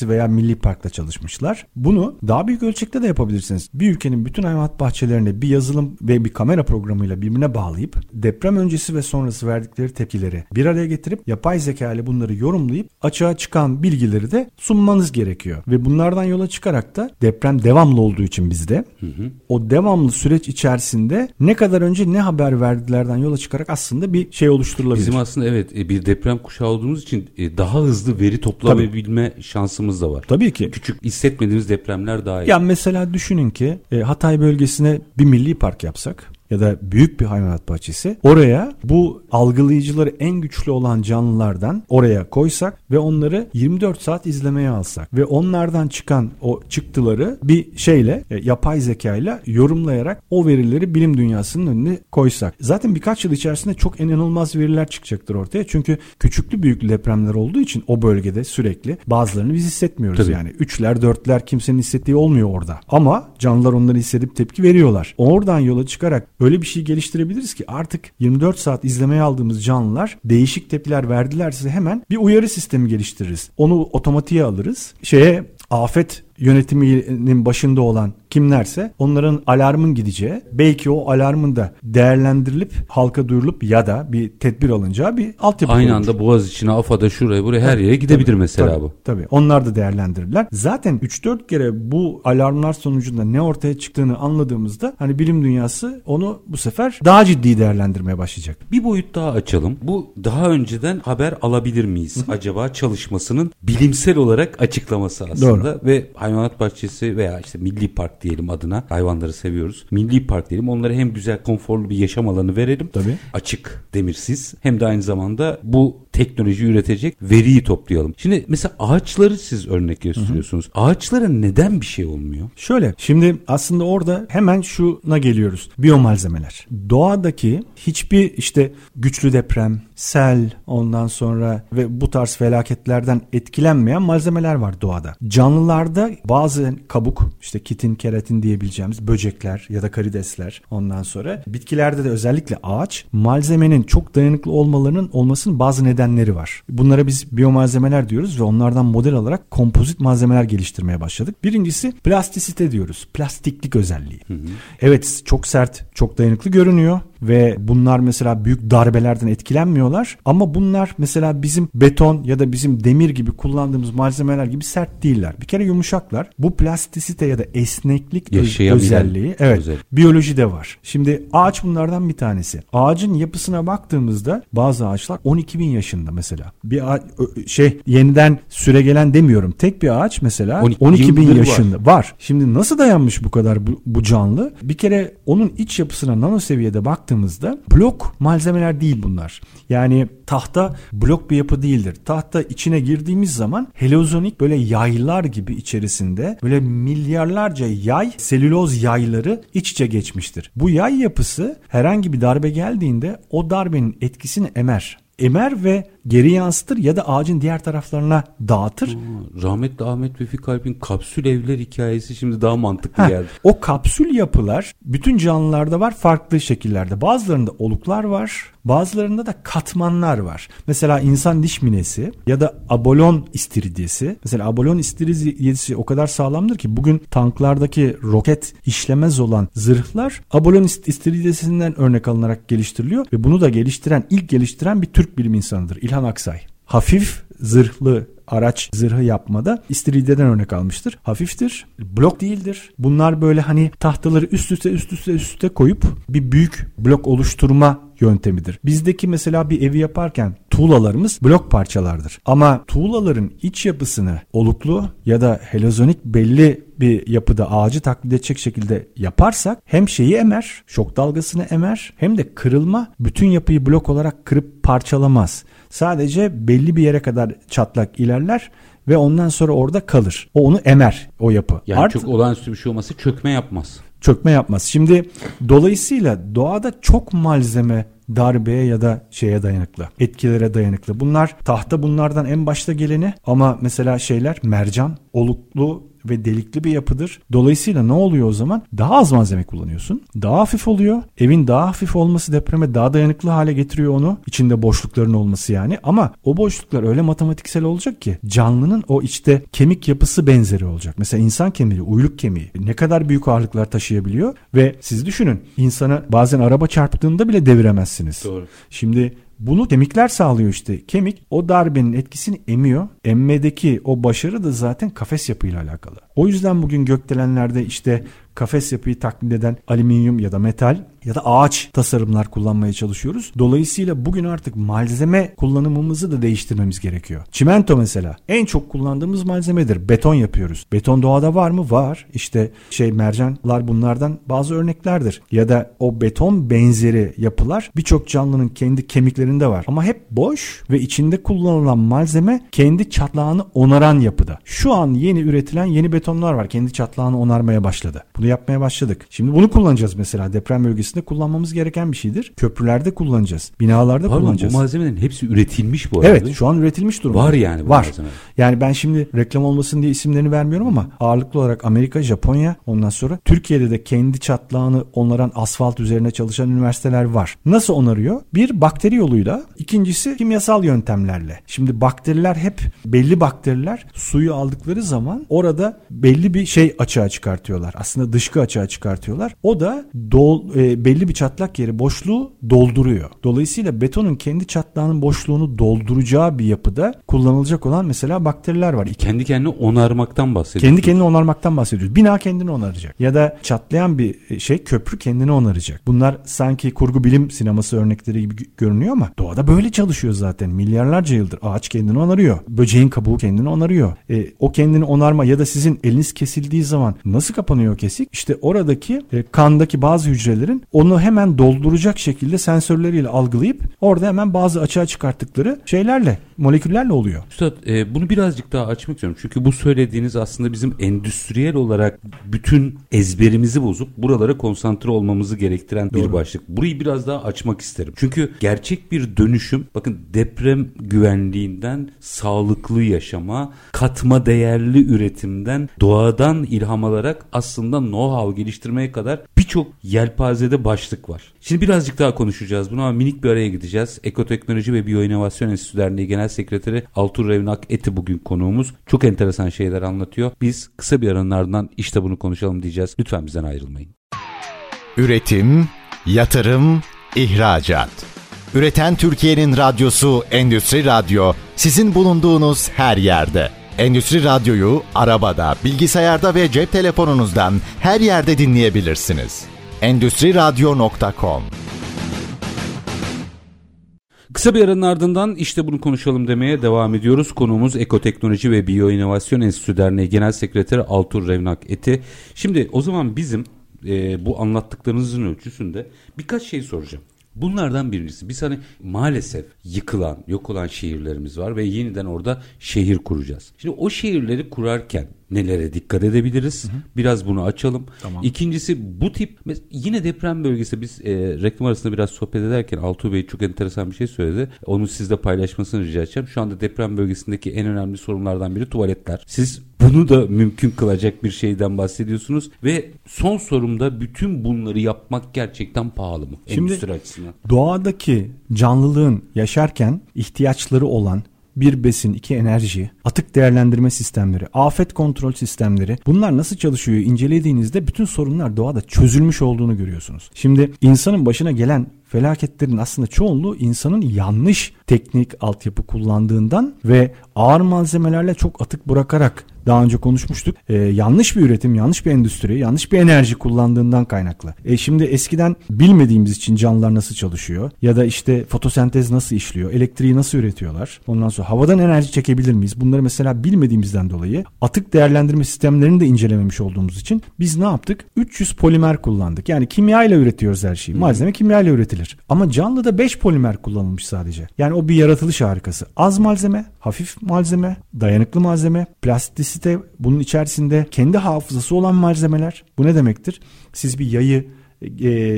bahçesi veya milli parkta çalışmışlar. Bunu daha büyük ölçekte de yapabilirsiniz. Bir ülkenin bütün hayvanat bahçelerine bir yazılım ve bir kamera programıyla birbirine bağlayıp deprem öncesi ve sonrası verdikleri tepkileri bir araya getirip yapay zeka ile bunları yorumlayıp açığa çıkan bilgileri de sunmanız gerekiyor. Ve bunlardan yola çıkarak da deprem devamlı olduğu için bizde hı hı. o devamlı süreç içerisinde ne kadar önce ne haber verdilerden yola çıkarak aslında bir şey oluşturulabilir. Bizim aslında evet bir deprem kuşağı olduğumuz için daha hızlı veri toplayabilme Tabii. şansımız da var. Tabii ki. Küçük hissetmediğimiz depremler daha iyi. Ya mesela düşünün ki Hatay bölgesine bir milli park yapsak ya da büyük bir hayvanat bahçesi, oraya bu algılayıcıları en güçlü olan canlılardan oraya koysak ve onları yirmi dört saat izlemeye alsak ve onlardan çıkan o çıktıları bir şeyle, yapay zekayla yorumlayarak o verileri bilim dünyasının önüne koysak. Zaten birkaç yıl içerisinde çok inanılmaz veriler çıkacaktır ortaya. Çünkü küçüklü büyüklü depremler olduğu için o bölgede sürekli bazılarını biz hissetmiyoruz. Tabii. Yani üçler dörtler kimsenin hissettiği olmuyor orada. Ama canlılar onları hissedip tepki veriyorlar. Oradan yola çıkarak öyle bir şey geliştirebiliriz ki artık yirmi dört saat izlemeye aldığımız canlılar değişik tepkiler verdilerse hemen bir uyarı sistemi geliştiririz. Onu otomatiğe alırız. Şeye afet yönetiminin başında olan kimlerse onların alarmın gideceği, belki o alarmın da değerlendirilip halka duyurulup ya da bir tedbir alınacağı bir altyapı Aynı olur. anda Boğaziçi'ne, AFAD'a, şuraya buraya her yere gidebilir tabii, mesela tabii, bu. Tabii. Onlar da değerlendirirler. Zaten üç dört kere bu alarmlar sonucunda ne ortaya çıktığını anladığımızda hani bilim dünyası onu bu sefer daha ciddi değerlendirmeye başlayacak. Bir boyut daha açalım. Bu daha önceden haber alabilir miyiz? Hı-hı. Acaba çalışmasının bilimsel olarak açıklaması aslında. Doğru. Ve hayvanat bahçesi veya işte milli park diyelim adına, hayvanları seviyoruz. Milli park diyelim. Onlara hem güzel konforlu bir yaşam alanı verelim. Tabii. Açık, demirsiz. Hem de aynı zamanda bu teknoloji üretecek veriyi toplayalım. Şimdi mesela ağaçları siz örnek gösteriyorsunuz. Hı hı. Ağaçlara neden bir şey olmuyor? Şöyle, şimdi aslında orada hemen şuna geliyoruz. Biyomalzemeler. Doğadaki hiçbir işte güçlü deprem, sel, ondan sonra ve bu tarz felaketlerden etkilenmeyen malzemeler var doğada. Canlılarda bazı kabuk, işte kitin, keratin diyebileceğimiz böcekler ya da karidesler, ondan sonra bitkilerde de özellikle ağaç malzemenin çok dayanıklı olmalarının olmasının bazı nedenleri var. Bunlara biz biyomalzemeler diyoruz ve onlardan model alarak kompozit malzemeler geliştirmeye başladık. Birincisi plastisite diyoruz. Plastiklik özelliği. Hı hı. Evet, çok sert, çok dayanıklı görünüyor ve bunlar mesela büyük darbelerden etkilenmiyorlar ama bunlar mesela bizim beton ya da bizim demir gibi kullandığımız malzemeler gibi sert değiller. Bir kere yumuşaklar. Bu plastisite ya da esneklik özelliği evet özel. Biyolojide var. Şimdi ağaç bunlardan bir tanesi. Ağacın yapısına baktığımızda bazı ağaçlar on iki bin yaşında mesela. Bir ağaç, şey yeniden süregelen demiyorum. Tek bir ağaç mesela on iki bin yaşında var. var. Şimdi nasıl dayanmış bu kadar bu, bu canlı? Bir kere onun iç yapısına nano seviyede baktığımızda blok malzemeler değil bunlar. Yani tahta blok bir yapı değildir. Tahta içine girdiğimiz zaman heliozonik böyle yaylar gibi içerisinde böyle milyarlarca yay, selüloz yayları iç içe geçmiştir. Bu yay yapısı herhangi bir darbe geldiğinde o darbenin etkisini emer. Emer ve geri yansıtır ya da ağacın diğer taraflarına dağıtır. Aa, rahmetli Ahmet Vefik Kalp'in kapsül evler hikayesi şimdi daha mantıklı Heh, geldi. O kapsül yapılar bütün canlılarda var farklı şekillerde. Bazılarında oluklar var, bazılarında da katmanlar var. Mesela insan diş minesi ya da abolon istiridyesi. Mesela abolon istiridyesi o kadar sağlamdır ki bugün tanklardaki roket işlemez olan zırhlar abolon istiridyesinden örnek alınarak geliştiriliyor ve bunu da geliştiren, ilk geliştiren bir Türk bilim insanıdır. İlhan Aksay. Hafif zırhlı araç zırhı yapmada istiridyeden örnek almıştır. Hafiftir, blok değildir. Bunlar böyle hani tahtaları üst üste üst üste üst üste koyup bir büyük blok oluşturma yöntemidir. Bizdeki mesela bir evi yaparken tuğlalarımız blok parçalardır. Ama tuğlaların iç yapısını oluklu ya da heliozonik belli bir yapıda ağacı taklit edecek şekilde yaparsak hem şeyi emer, şok dalgasını emer hem de kırılma bütün yapıyı blok olarak kırıp parçalamaz. Sadece belli bir yere kadar çatlak ilerler ve ondan sonra orada kalır. O onu emer o yapı. Yani Art- çok olağanüstü bir şey olması çökme yapmaz. Çökme yapmaz. Şimdi dolayısıyla doğada çok malzeme darbeye ya da şeye dayanıklı, etkilere dayanıklı. Bunlar tahta bunlardan en başta geleni ama mesela şeyler mercan, oluklu ve delikli bir yapıdır. Dolayısıyla ne oluyor o zaman? Daha az malzeme kullanıyorsun. Daha hafif oluyor. Evin daha hafif olması depreme daha dayanıklı hale getiriyor onu. İçinde boşlukların olması yani. Ama o boşluklar öyle matematiksel olacak ki canlının o içte kemik yapısı benzeri olacak. Mesela insan kemiği, uyluk kemiği ne kadar büyük ağırlıklar taşıyabiliyor ve siz düşünün, insanı bazen araba çarptığında bile deviremezsiniz. Doğru. Şimdi bunu kemikler sağlıyor işte. Kemik o darbenin etkisini emiyor. Emmedeki o başarı da zaten kafes yapıyla alakalı. O yüzden bugün gökdelenlerde işte kafes yapıyı taklit eden alüminyum ya da metal ya da ağaç tasarımlar kullanmaya çalışıyoruz. Dolayısıyla bugün artık malzeme kullanımımızı da değiştirmemiz gerekiyor. Çimento mesela en çok kullandığımız malzemedir. Beton yapıyoruz. Beton doğada var mı? Var. İşte şey mercanlar bunlardan bazı örneklerdir. Ya da o beton benzeri yapılar birçok canlının kendi kemiklerinde var. Ama hep boş ve içinde kullanılan malzeme kendi çatlağını onaran yapıda. Şu an yeni üretilen yeni betonlar var. Kendi çatlağını onarmaya başladı. Bunu yapmaya başladık. Şimdi bunu kullanacağız mesela. Deprem bölgesinde kullanmamız gereken bir şeydir. Köprülerde kullanacağız. Binalarda Pardon, kullanacağız. Bu malzemelerin hepsi üretilmiş bu arada. Evet, şu an üretilmiş durumda. Var yani bu Var. malzeme. Yani ben şimdi reklam olmasın diye isimlerini vermiyorum ama ağırlıklı olarak Amerika, Japonya, ondan sonra Türkiye'de de kendi çatlağını onaran asfalt üzerine çalışan üniversiteler var. Nasıl onarıyor? Bir, bakteri yoluyla. İkincisi kimyasal yöntemlerle. Şimdi bakteriler hep belli bakteriler suyu aldıkları zaman orada belli bir şey açığa çıkartıyorlar. Aslında dışkı açığa çıkartıyorlar. O da dol, e, belli bir çatlak yeri boşluğu dolduruyor. Dolayısıyla betonun kendi çatlağının boşluğunu dolduracağı bir yapıda kullanılacak olan mesela bakteriler var. Kendi kendine onarmaktan bahsediyoruz. Kendi kendini onarmaktan bahsediyoruz. Bina kendini onaracak. Ya da çatlayan bir şey köprü kendini onaracak. Bunlar sanki kurgu bilim sineması örnekleri gibi görünüyor ama doğada böyle çalışıyor zaten. Milyarlarca yıldır ağaç kendini onarıyor. Böceğin kabuğu kendini onarıyor. E, o kendini onarma ya da sizin eliniz kesildiği zaman nasıl kapanıyor kesik? İşte oradaki e, kandaki bazı hücrelerin onu hemen dolduracak şekilde sensörleriyle algılayıp orada hemen bazı açığa çıkarttıkları şeylerle, moleküllerle oluyor. Üstad e, bunu birazcık daha açmak istiyorum. Çünkü bu söylediğiniz aslında bizim endüstriyel olarak bütün ezberimizi bozup buralara konsantre olmamızı gerektiren Doğru. bir başlık. Burayı biraz daha açmak isterim. Çünkü gerçek bir dönüşüm, bakın deprem güvenliğinden sağlıklı yaşama, katma değerli üretimden doğadan ilham alarak aslında know-how geliştirmeye kadar birçok yelpazede başlık var. Şimdi birazcık daha konuşacağız bunu ama minik bir araya gideceğiz. Ekoteknoloji ve Biyoinovasyon Enstitüsü Derneği Genel Sekreteri Altuğ Revnak Eti bugün konuğumuz. Çok enteresan şeyler anlatıyor. Biz kısa bir aranın ardından işte bunu konuşalım diyeceğiz. Lütfen bizden ayrılmayın. Üretim, yatırım, ihracat. Üreten Türkiye'nin radyosu Endüstri Radyo sizin bulunduğunuz her yerde. Endüstri Radyo'yu arabada, bilgisayarda ve cep telefonunuzdan her yerde dinleyebilirsiniz. endüstri radyo nokta com. Kısa bir aranın ardından işte bunu konuşalım demeye devam ediyoruz. Konuğumuz Ekoteknoloji ve Biyoinovasyon Enstitüsü Derneği Genel Sekreteri Altuğ Revnak Eti. Şimdi o zaman bizim e, bu anlattıklarınızın ölçüsünde birkaç şey soracağım. Bunlardan birincisi, biz hani maalesef yıkılan, yok olan şehirlerimiz var ve yeniden orada şehir kuracağız. Şimdi o şehirleri kurarken nelere dikkat edebiliriz? Hı hı. Biraz bunu açalım. Tamam. İkincisi, bu tip yine deprem bölgesi, biz e, reklam arasında biraz sohbet ederken Altuğ Bey çok enteresan bir şey söyledi. Onu sizle paylaşmasını rica edeceğim. Şu anda deprem bölgesindeki en önemli sorunlardan biri tuvaletler. Siz bunu da mümkün kılacak bir şeyden bahsediyorsunuz ve son sorumda bütün bunları yapmak gerçekten pahalı mı? Şimdi endüstri açısından. Doğadaki canlılığın yaşarken ihtiyaçları olan bir besin, iki enerji, atık değerlendirme sistemleri, afet kontrol sistemleri, bunlar nasıl çalışıyor incelediğinizde bütün sorunlar doğada çözülmüş olduğunu görüyorsunuz. Şimdi insanın başına gelen felaketlerin aslında çoğunluğu insanın yanlış teknik altyapı kullandığından ve ağır malzemelerle çok atık bırakarak, daha önce konuşmuştuk, e, yanlış bir üretim, yanlış bir endüstri, yanlış bir enerji kullandığından kaynaklı. E şimdi eskiden bilmediğimiz için canlılar nasıl çalışıyor ya da işte fotosentez nasıl işliyor, elektriği nasıl üretiyorlar, ondan sonra havadan enerji çekebilir miyiz? Bunları mesela bilmediğimizden dolayı atık değerlendirme sistemlerini de incelememiş olduğumuz için biz ne yaptık? üç yüz polimer kullandık. Yani kimya ile üretiyoruz her şeyi. Malzeme kimya ile üretilir. Ama canlıda beş polimer kullanılmış sadece. Yani o bir yaratılış harikası. Az malzeme, hafif malzeme, dayanıklı malzeme, plastisite, bunun içerisinde kendi hafızası olan malzemeler. Bu ne demektir? Siz bir yayı e,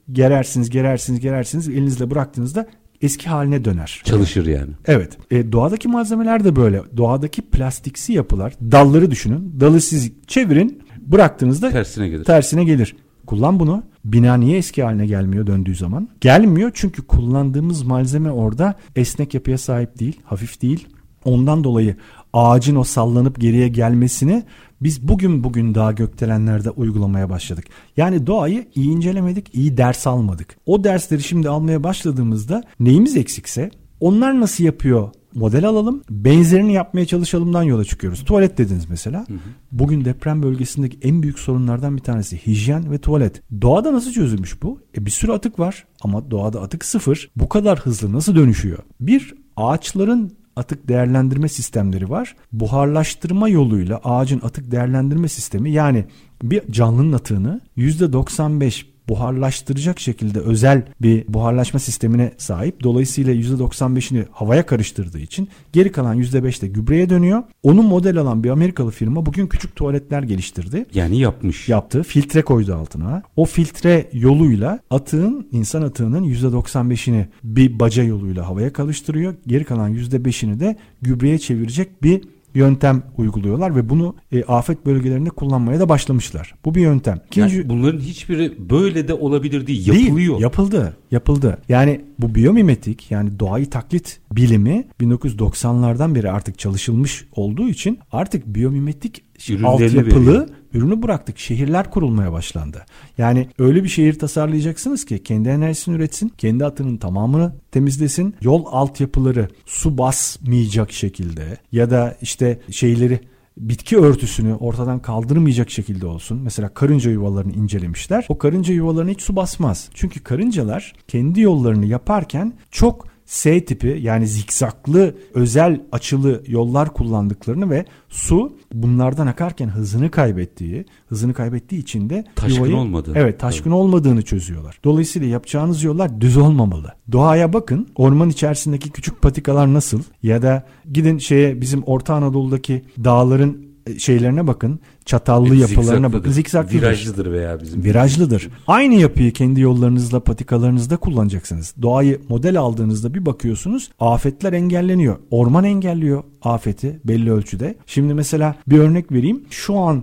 gerersiniz, gerersiniz, gerersiniz. Elinizle bıraktığınızda eski haline döner. Çalışır yani. Evet. E, doğadaki malzemeler de böyle. Doğadaki plastiksi yapılar, dalları düşünün. Dalı siz çevirin, bıraktığınızda tersine gelir. Tersine gelir. Kullan bunu. Bina niye eski haline gelmiyor döndüğü zaman? Gelmiyor çünkü kullandığımız malzeme orada esnek yapıya sahip değil, hafif değil. Ondan dolayı ağacın o sallanıp geriye gelmesini biz bugün bugün daha gökdelenlerde uygulamaya başladık. Yani doğayı iyi incelemedik, iyi ders almadık. O dersleri şimdi almaya başladığımızda neyimiz eksikse onlar nasıl yapıyor model alalım, benzerini yapmaya çalışalımdan yola çıkıyoruz. Tuvalet dediniz mesela. Hı hı. Bugün deprem bölgesindeki en büyük sorunlardan bir tanesi hijyen ve tuvalet. Doğada nasıl çözülmüş bu? E bir sürü atık var ama doğada atık sıfır. Bu kadar hızlı nasıl dönüşüyor? Bir, ağaçların atık değerlendirme sistemleri var. Buharlaştırma yoluyla ağacın atık değerlendirme sistemi, yani bir canlının atığını yüzde doksan beş buharlaştıracak şekilde özel bir buharlaşma sistemine sahip. Dolayısıyla yüzde doksan beşini havaya karıştırdığı için geri kalan yüzde beş de gübreye dönüyor. Onu model alan bir Amerikalı firma bugün küçük tuvaletler geliştirdi. Yani yapmış. Yaptı. Filtre koydu altına. O filtre yoluyla atığın, insan atığının yüzde doksan beşini bir baca yoluyla havaya karıştırıyor. Geri kalan yüzde beşini de gübreye çevirecek bir yöntem uyguluyorlar ve bunu e, afet bölgelerinde kullanmaya da başlamışlar. Bu bir yöntem. İkinci, yani bunların hiçbiri böyle de olabilir değil. Yapılıyor. Değil, yapıldı. Yapıldı. Yani bu biyomimetik, yani doğayı taklit bilimi bin dokuz yüz doksanlardan beri artık çalışılmış olduğu için artık biyomimetik altyapılı ürünü bıraktık. Şehirler kurulmaya başlandı. Yani öyle bir şehir tasarlayacaksınız ki kendi enerjisini üretsin, kendi atının tamamını temizlesin, yol altyapıları su basmayacak şekilde ya da işte şeyleri, bitki örtüsünü ortadan kaldırmayacak şekilde olsun. Mesela karınca yuvalarını incelemişler. O karınca yuvalarına hiç su basmaz. Çünkü karıncalar kendi yollarını yaparken çok S tipi, yani zikzaklı özel açılı yollar kullandıklarını ve su bunlardan akarken hızını kaybettiği, hızını kaybettiği için de taşkın yuvayı, olmadığı. Evet, taşkın evet. olmadığını çözüyorlar. Dolayısıyla yapacağınız yollar düz olmamalı. Doğaya bakın, orman içerisindeki küçük patikalar nasıl, ya da gidin şeye, bizim Orta Anadolu'daki dağların şeylerine bakın, çatallı evet, yapılarına bakın, zikzaklıdır. Virajlıdır veya bizim. Virajlıdır. Aynı yapıyı kendi yollarınızla, patikalarınızda kullanacaksınız. Doğayı model aldığınızda bir bakıyorsunuz, afetler engelleniyor. Orman engelliyor afeti belli ölçüde. Şimdi mesela bir örnek vereyim. Şu an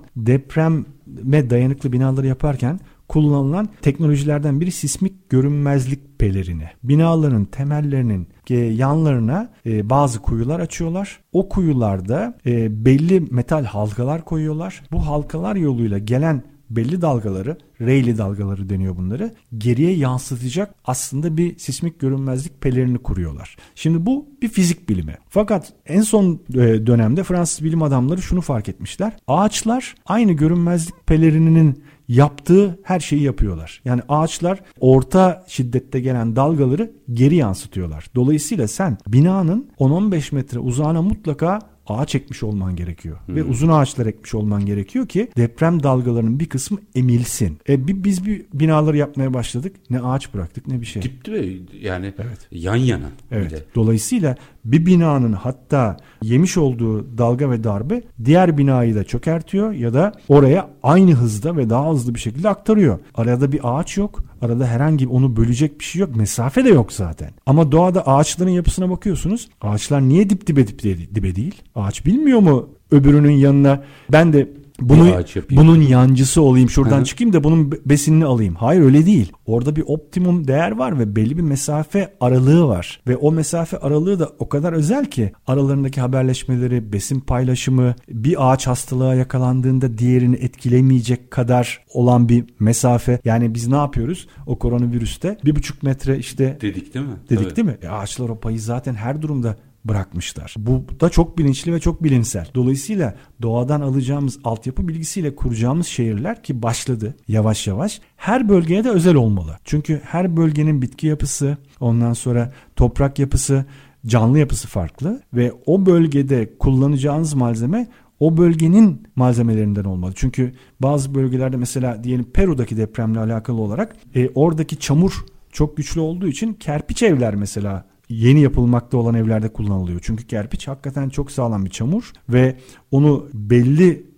depreme dayanıklı binaları yaparken kullanılan teknolojilerden biri sismik görünmezlik pelerini. Binaların temellerinin yanlarına e, bazı kuyular açıyorlar. O kuyularda e, belli metal halkalar koyuyorlar. Bu halkalar yoluyla gelen belli dalgaları, Rayleigh dalgaları deniyor bunları, geriye yansıtacak aslında bir sismik görünmezlik pelerini kuruyorlar. Şimdi bu bir fizik bilimi. Fakat en son dönemde Fransız bilim adamları şunu fark etmişler. Ağaçlar aynı görünmezlik pelerininin yaptığı her şeyi yapıyorlar. Yani ağaçlar orta şiddette gelen dalgaları geri yansıtıyorlar. Dolayısıyla sen binanın on on beş metre uzağına mutlaka ağaç ekmiş olman gerekiyor. Hmm. Ve uzun ağaçlar ekmiş olman gerekiyor ki deprem dalgalarının bir kısmı emilsin. E, biz bir binaları yapmaya başladık. Ne ağaç bıraktık ne bir şey. Dip dibe, yani evet. yan yana. Evet. Dolayısıyla bir binanın hatta yemiş olduğu dalga ve darbe diğer binayı da çökertiyor ya da oraya aynı hızda ve daha hızlı bir şekilde aktarıyor. Arada bir ağaç yok. Arada herhangi onu bölecek bir şey yok. Mesafe de yok zaten. Ama doğada ağaçların yapısına bakıyorsunuz. Ağaçlar niye dip dibe dip dibe değil? Ağaç bilmiyor mu öbürünün yanına? Ben de bunu bunun yancısı olayım, şuradan Hı-hı. çıkayım da bunun besinini alayım. Hayır, öyle değil. Orada bir optimum değer var ve belli bir mesafe aralığı var. Ve o mesafe aralığı da o kadar özel ki aralarındaki haberleşmeleri, besin paylaşımı, bir ağaç hastalığa yakalandığında diğerini etkilemeyecek kadar olan bir mesafe. Yani biz ne yapıyoruz? O koronavirüste bir buçuk metre işte dedik değil mi? Dedik evet. değil mi? E ağaçlar o payı zaten her durumda bırakmışlar. Bu da çok bilinçli ve çok bilimsel. Dolayısıyla doğadan alacağımız altyapı bilgisiyle kuracağımız şehirler ki başladı yavaş yavaş, her bölgeye de özel olmalı. Çünkü her bölgenin bitki yapısı, ondan sonra toprak yapısı, canlı yapısı farklı ve o bölgede kullanacağınız malzeme o bölgenin malzemelerinden olmalı. Çünkü bazı bölgelerde, mesela diyelim Peru'daki depremle alakalı olarak e, oradaki çamur çok güçlü olduğu için kerpiç evler mesela yeni yapılmakta olan evlerde kullanılıyor. Çünkü kerpiç hakikaten çok sağlam bir çamur ve onu belli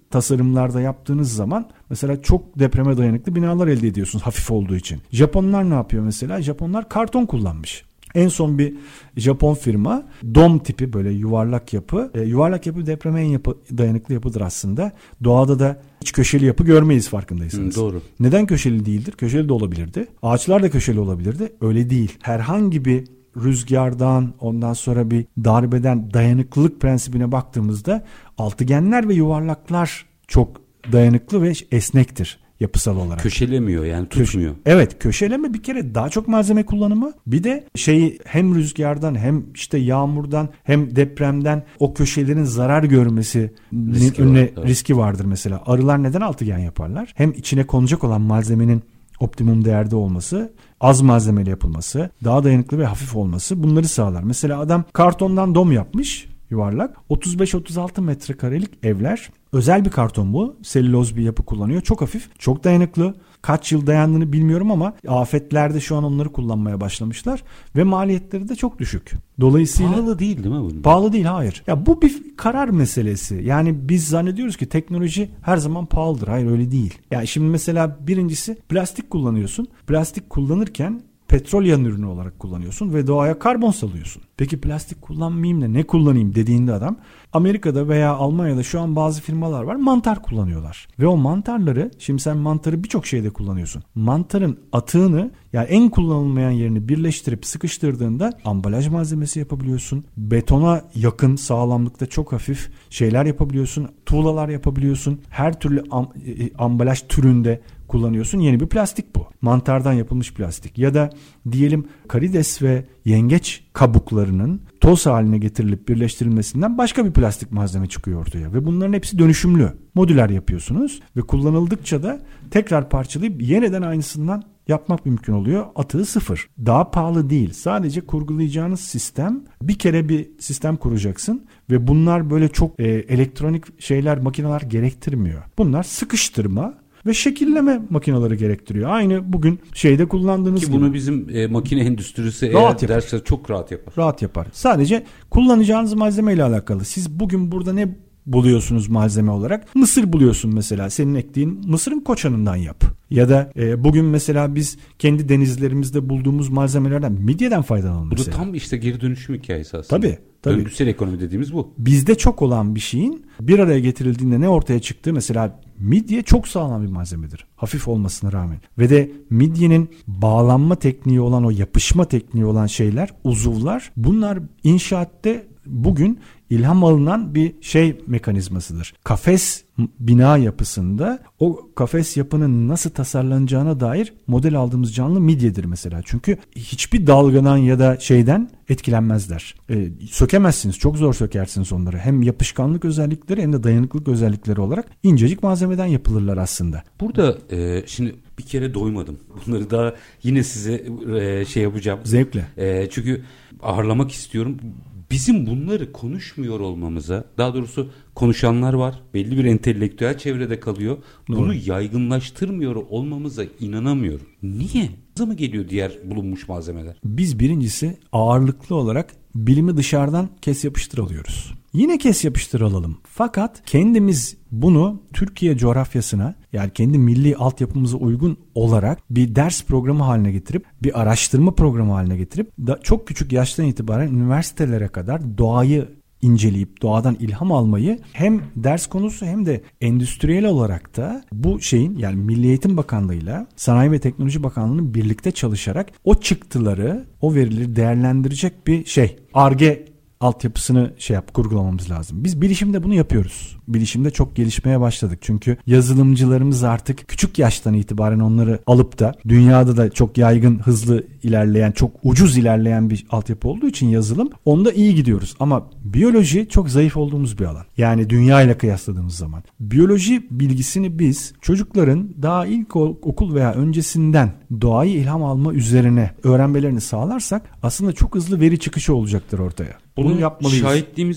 tasarımlarda yaptığınız zaman mesela çok depreme dayanıklı binalar elde ediyorsunuz hafif olduğu için. Japonlar ne yapıyor mesela? Japonlar karton kullanmış. En son bir Japon firma dom tipi böyle yuvarlak yapı. E, yuvarlak yapı depreme en yapı, dayanıklı yapıdır aslında. Doğada da hiç köşeli yapı görmeyiz farkındaysanız. Hı, doğru. Neden köşeli değildir? Köşeli de olabilirdi. Ağaçlar da köşeli olabilirdi. Öyle değil. Herhangi bir rüzgardan, ondan sonra bir darbeden dayanıklılık prensibine baktığımızda altıgenler ve yuvarlaklar çok dayanıklı ve esnektir yapısal olarak. Köşelemiyor yani, tutmuyor. Köşe, evet, köşeleme bir kere daha çok malzeme kullanımı. Bir de şeyi hem rüzgardan hem işte yağmurdan hem depremden o köşelerin zarar görmesi riski, önüne, var, evet. riski vardır mesela. Arılar neden altıgen yaparlar? Hem içine konacak olan malzemenin optimum değerde olması, az malzemeli yapılması, daha dayanıklı ve hafif olması bunları sağlar. Mesela adam kartondan dom yapmış, yuvarlak. otuz beş otuz altı metrekarelik evler. Özel bir karton bu. Selüloz bir yapı kullanıyor. Çok hafif, çok dayanıklı. Kaç yıl dayandığını bilmiyorum ama afetlerde şu an onları kullanmaya başlamışlar. Ve maliyetleri de çok düşük. Dolayısıyla pahalı değil değil mi bunun? Pahalı değil, hayır. Ya bu bir karar meselesi. Yani biz zannediyoruz ki teknoloji her zaman pahalıdır. Hayır, öyle değil. Yani şimdi mesela birincisi plastik kullanıyorsun. Plastik kullanırken petrol yan ürünü olarak kullanıyorsun ve doğaya karbon salıyorsun. Peki plastik kullanmayayım da ne kullanayım dediğinde adam, Amerika'da veya Almanya'da şu an bazı firmalar var, mantar kullanıyorlar. Ve o mantarları, şimdi sen mantarı birçok şeyde kullanıyorsun. Mantarın atığını, yani en kullanılmayan yerini birleştirip sıkıştırdığında ambalaj malzemesi yapabiliyorsun. Betona yakın sağlamlıkta çok hafif şeyler yapabiliyorsun. Tuğlalar yapabiliyorsun. Her türlü am- ambalaj türünde kullanıyorsun. Yeni bir plastik bu. Mantardan yapılmış plastik. Ya da diyelim karides ve yengeç kabuklarının toz haline getirilip birleştirilmesinden başka bir plastik malzeme çıkıyor ortaya. Ve bunların hepsi dönüşümlü. Modüler yapıyorsunuz ve kullanıldıkça da tekrar parçalayıp yeniden aynısından yapmak mümkün oluyor. Atığı sıfır. Daha pahalı değil. Sadece kurgulayacağınız sistem, bir kere bir sistem kuracaksın ve bunlar böyle çok e, elektronik şeyler, makineler gerektirmiyor. Bunlar sıkıştırma ve şekilleme makineleri gerektiriyor. Aynı bugün şeyde kullandığınız Ki gibi. bunu bizim e, makine endüstrisi rahat eğer yapar. derse çok rahat yapar. Rahat yapar. Sadece kullanacağınız malzeme ile alakalı. Siz bugün burada ne buluyorsunuz malzeme olarak? Mısır buluyorsun mesela. Senin ektiğin mısırın koçanından yap. Ya da e, bugün mesela biz kendi denizlerimizde bulduğumuz malzemelerden, midyeden faydalanalım mesela. Bu da tam işte geri dönüşüm hikayesi aslında. Tabii. Tabii. Döngüsel ekonomi dediğimiz bu. Bizde çok olan bir şeyin bir araya getirildiğinde ne ortaya çıktı? Mesela midye çok sağlam bir malzemedir. Hafif olmasına rağmen. Ve de midyenin bağlanma tekniği olan, o yapışma tekniği olan şeyler, uzuvlar, bunlar inşaatta bugün ilham alınan bir şey mekanizmasıdır. Kafes bina yapısında o kafes yapının nasıl tasarlanacağına dair model aldığımız canlı midyedir mesela. Çünkü hiçbir dalgadan ya da şeyden etkilenmezler. E, sökemezsiniz. Çok zor sökersiniz onları. Hem yapışkanlık özellikleri hem de dayanıklılık özellikleri olarak incecik malzemeden yapılırlar aslında. Burada e, şimdi bir kere doymadım. Bunları daha yine size e, şey yapacağım. Zevkle. E, çünkü ağırlamak istiyorum. Bizim bunları konuşmuyor olmamıza, daha doğrusu konuşanlar var, belli bir entelektüel çevrede kalıyor. Doğru. Bunu yaygınlaştırmıyor olmamıza inanamıyorum. Niye? Nasıl mı geliyor diğer bulunmuş malzemeler? Biz birincisi ağırlıklı olarak bilimi dışarıdan kes yapıştır alıyoruz. Yine kes yapıştır alalım. Fakat kendimiz bunu Türkiye coğrafyasına, yani kendi milli altyapımıza uygun olarak bir ders programı haline getirip, bir araştırma programı haline getirip da çok küçük yaştan itibaren üniversitelere kadar doğayı inceleyip doğadan ilham almayı hem ders konusu hem de endüstriyel olarak da bu şeyin, yani Milli Eğitim Bakanlığı'yla Sanayi ve Teknoloji Bakanlığı'nın birlikte çalışarak o çıktıları, o verileri değerlendirecek bir şey, Ar-Ge altyapısını şey yap, kurgulamamız lazım. Biz bilişimde bunu yapıyoruz. Bilişimde çok gelişmeye başladık. Çünkü yazılımcılarımız artık küçük yaştan itibaren onları alıp da dünyada da çok yaygın, hızlı ilerleyen, çok ucuz ilerleyen bir altyapı olduğu için yazılım, onda iyi gidiyoruz. Ama biyoloji çok zayıf olduğumuz bir alan. Yani dünya ile kıyasladığımız zaman. Biyoloji bilgisini biz çocukların daha ilk okul veya öncesinden doğayı ilham alma üzerine öğrenmelerini sağlarsak aslında çok hızlı veri çıkışı olacaktır ortaya. Bunu Bunun yapmalıyız. Şahitliğimiz var.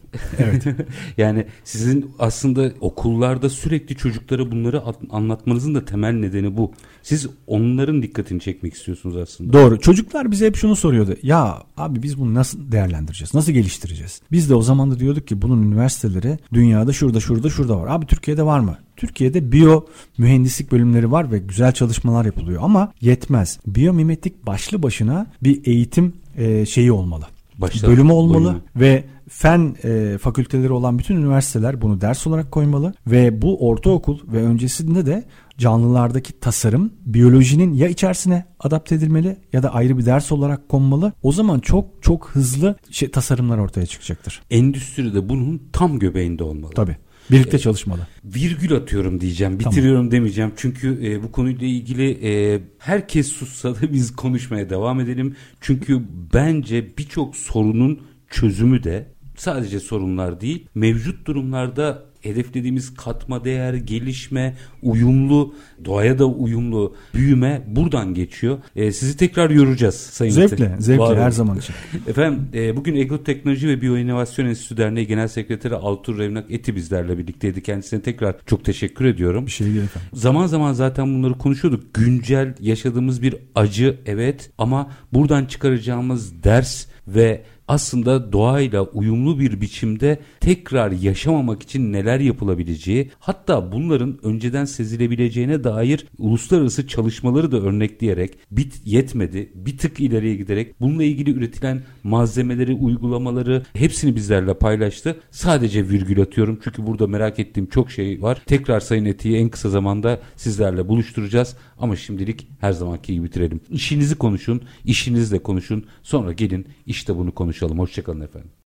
Evet. Yani sizin aslında okullarda sürekli çocuklara bunları anlatmanızın da temel nedeni bu. Siz onların dikkatini çekmek istiyorsunuz aslında. Doğru. Çocuklar bize hep şunu soruyordu. Ya abi biz bunu nasıl değerlendireceğiz? Nasıl geliştireceğiz? Biz de o zaman da diyorduk ki bunun üniversiteleri dünyada şurada şurada şurada var. Abi Türkiye'de var mı? Türkiye'de biyo mühendislik bölümleri var ve güzel çalışmalar yapılıyor ama yetmez. Biyomimetik başlı başına bir eğitim e, şeyi olmalı. Başta, bölümü olmalı bölümü. Ve fen e, fakülteleri olan bütün üniversiteler bunu ders olarak koymalı ve bu ortaokul ve öncesinde de canlılardaki tasarım biyolojinin ya içerisine adapte edilmeli ya da ayrı bir ders olarak konmalı. O zaman çok çok hızlı şey, tasarımlar ortaya çıkacaktır. Endüstride bunun tam göbeğinde olmalı. Tabii. Birlikte ee, çalışmalı. Virgül atıyorum diyeceğim. Bitiriyorum tamam. demeyeceğim. Çünkü e, bu konuyla ilgili e, herkes sussa da biz konuşmaya devam edelim. Çünkü bence birçok sorunun çözümü de sadece sorunlar değil, mevcut durumlarda hedeflediğimiz katma değer, gelişme, uyumlu, doğaya da uyumlu büyüme buradan geçiyor. E, sizi tekrar yoracağız Sayın Zevkle, Ete. zevkle Var her zaman için. Efendim e, bugün Ekoteknoloji ve Biyoinovasyon Enstitüsü Derneği Genel Sekreteri Altuğ Revnak Eti bizlerle birlikteydi. Kendisine tekrar çok teşekkür ediyorum. Bir şey değil efendim. Zaman zaman zaten bunları konuşuyorduk. Güncel yaşadığımız bir acı evet ama buradan çıkaracağımız ders ve aslında doğayla uyumlu bir biçimde tekrar yaşamamak için neler yapılabileceği, hatta bunların önceden sezilebileceğine dair uluslararası çalışmaları da örnekleyerek bit yetmedi, bir tık ileriye giderek bununla ilgili üretilen malzemeleri, uygulamaları hepsini bizlerle paylaştı. Sadece virgül atıyorum çünkü burada merak ettiğim çok şey var. Tekrar Sayın Eti'yi en kısa zamanda sizlerle buluşturacağız ama şimdilik her zamanki gibi bitirelim. İşinizi konuşun, işinizle konuşun, sonra gelin işte bunu konuşalım. Hoşçakalın efendim.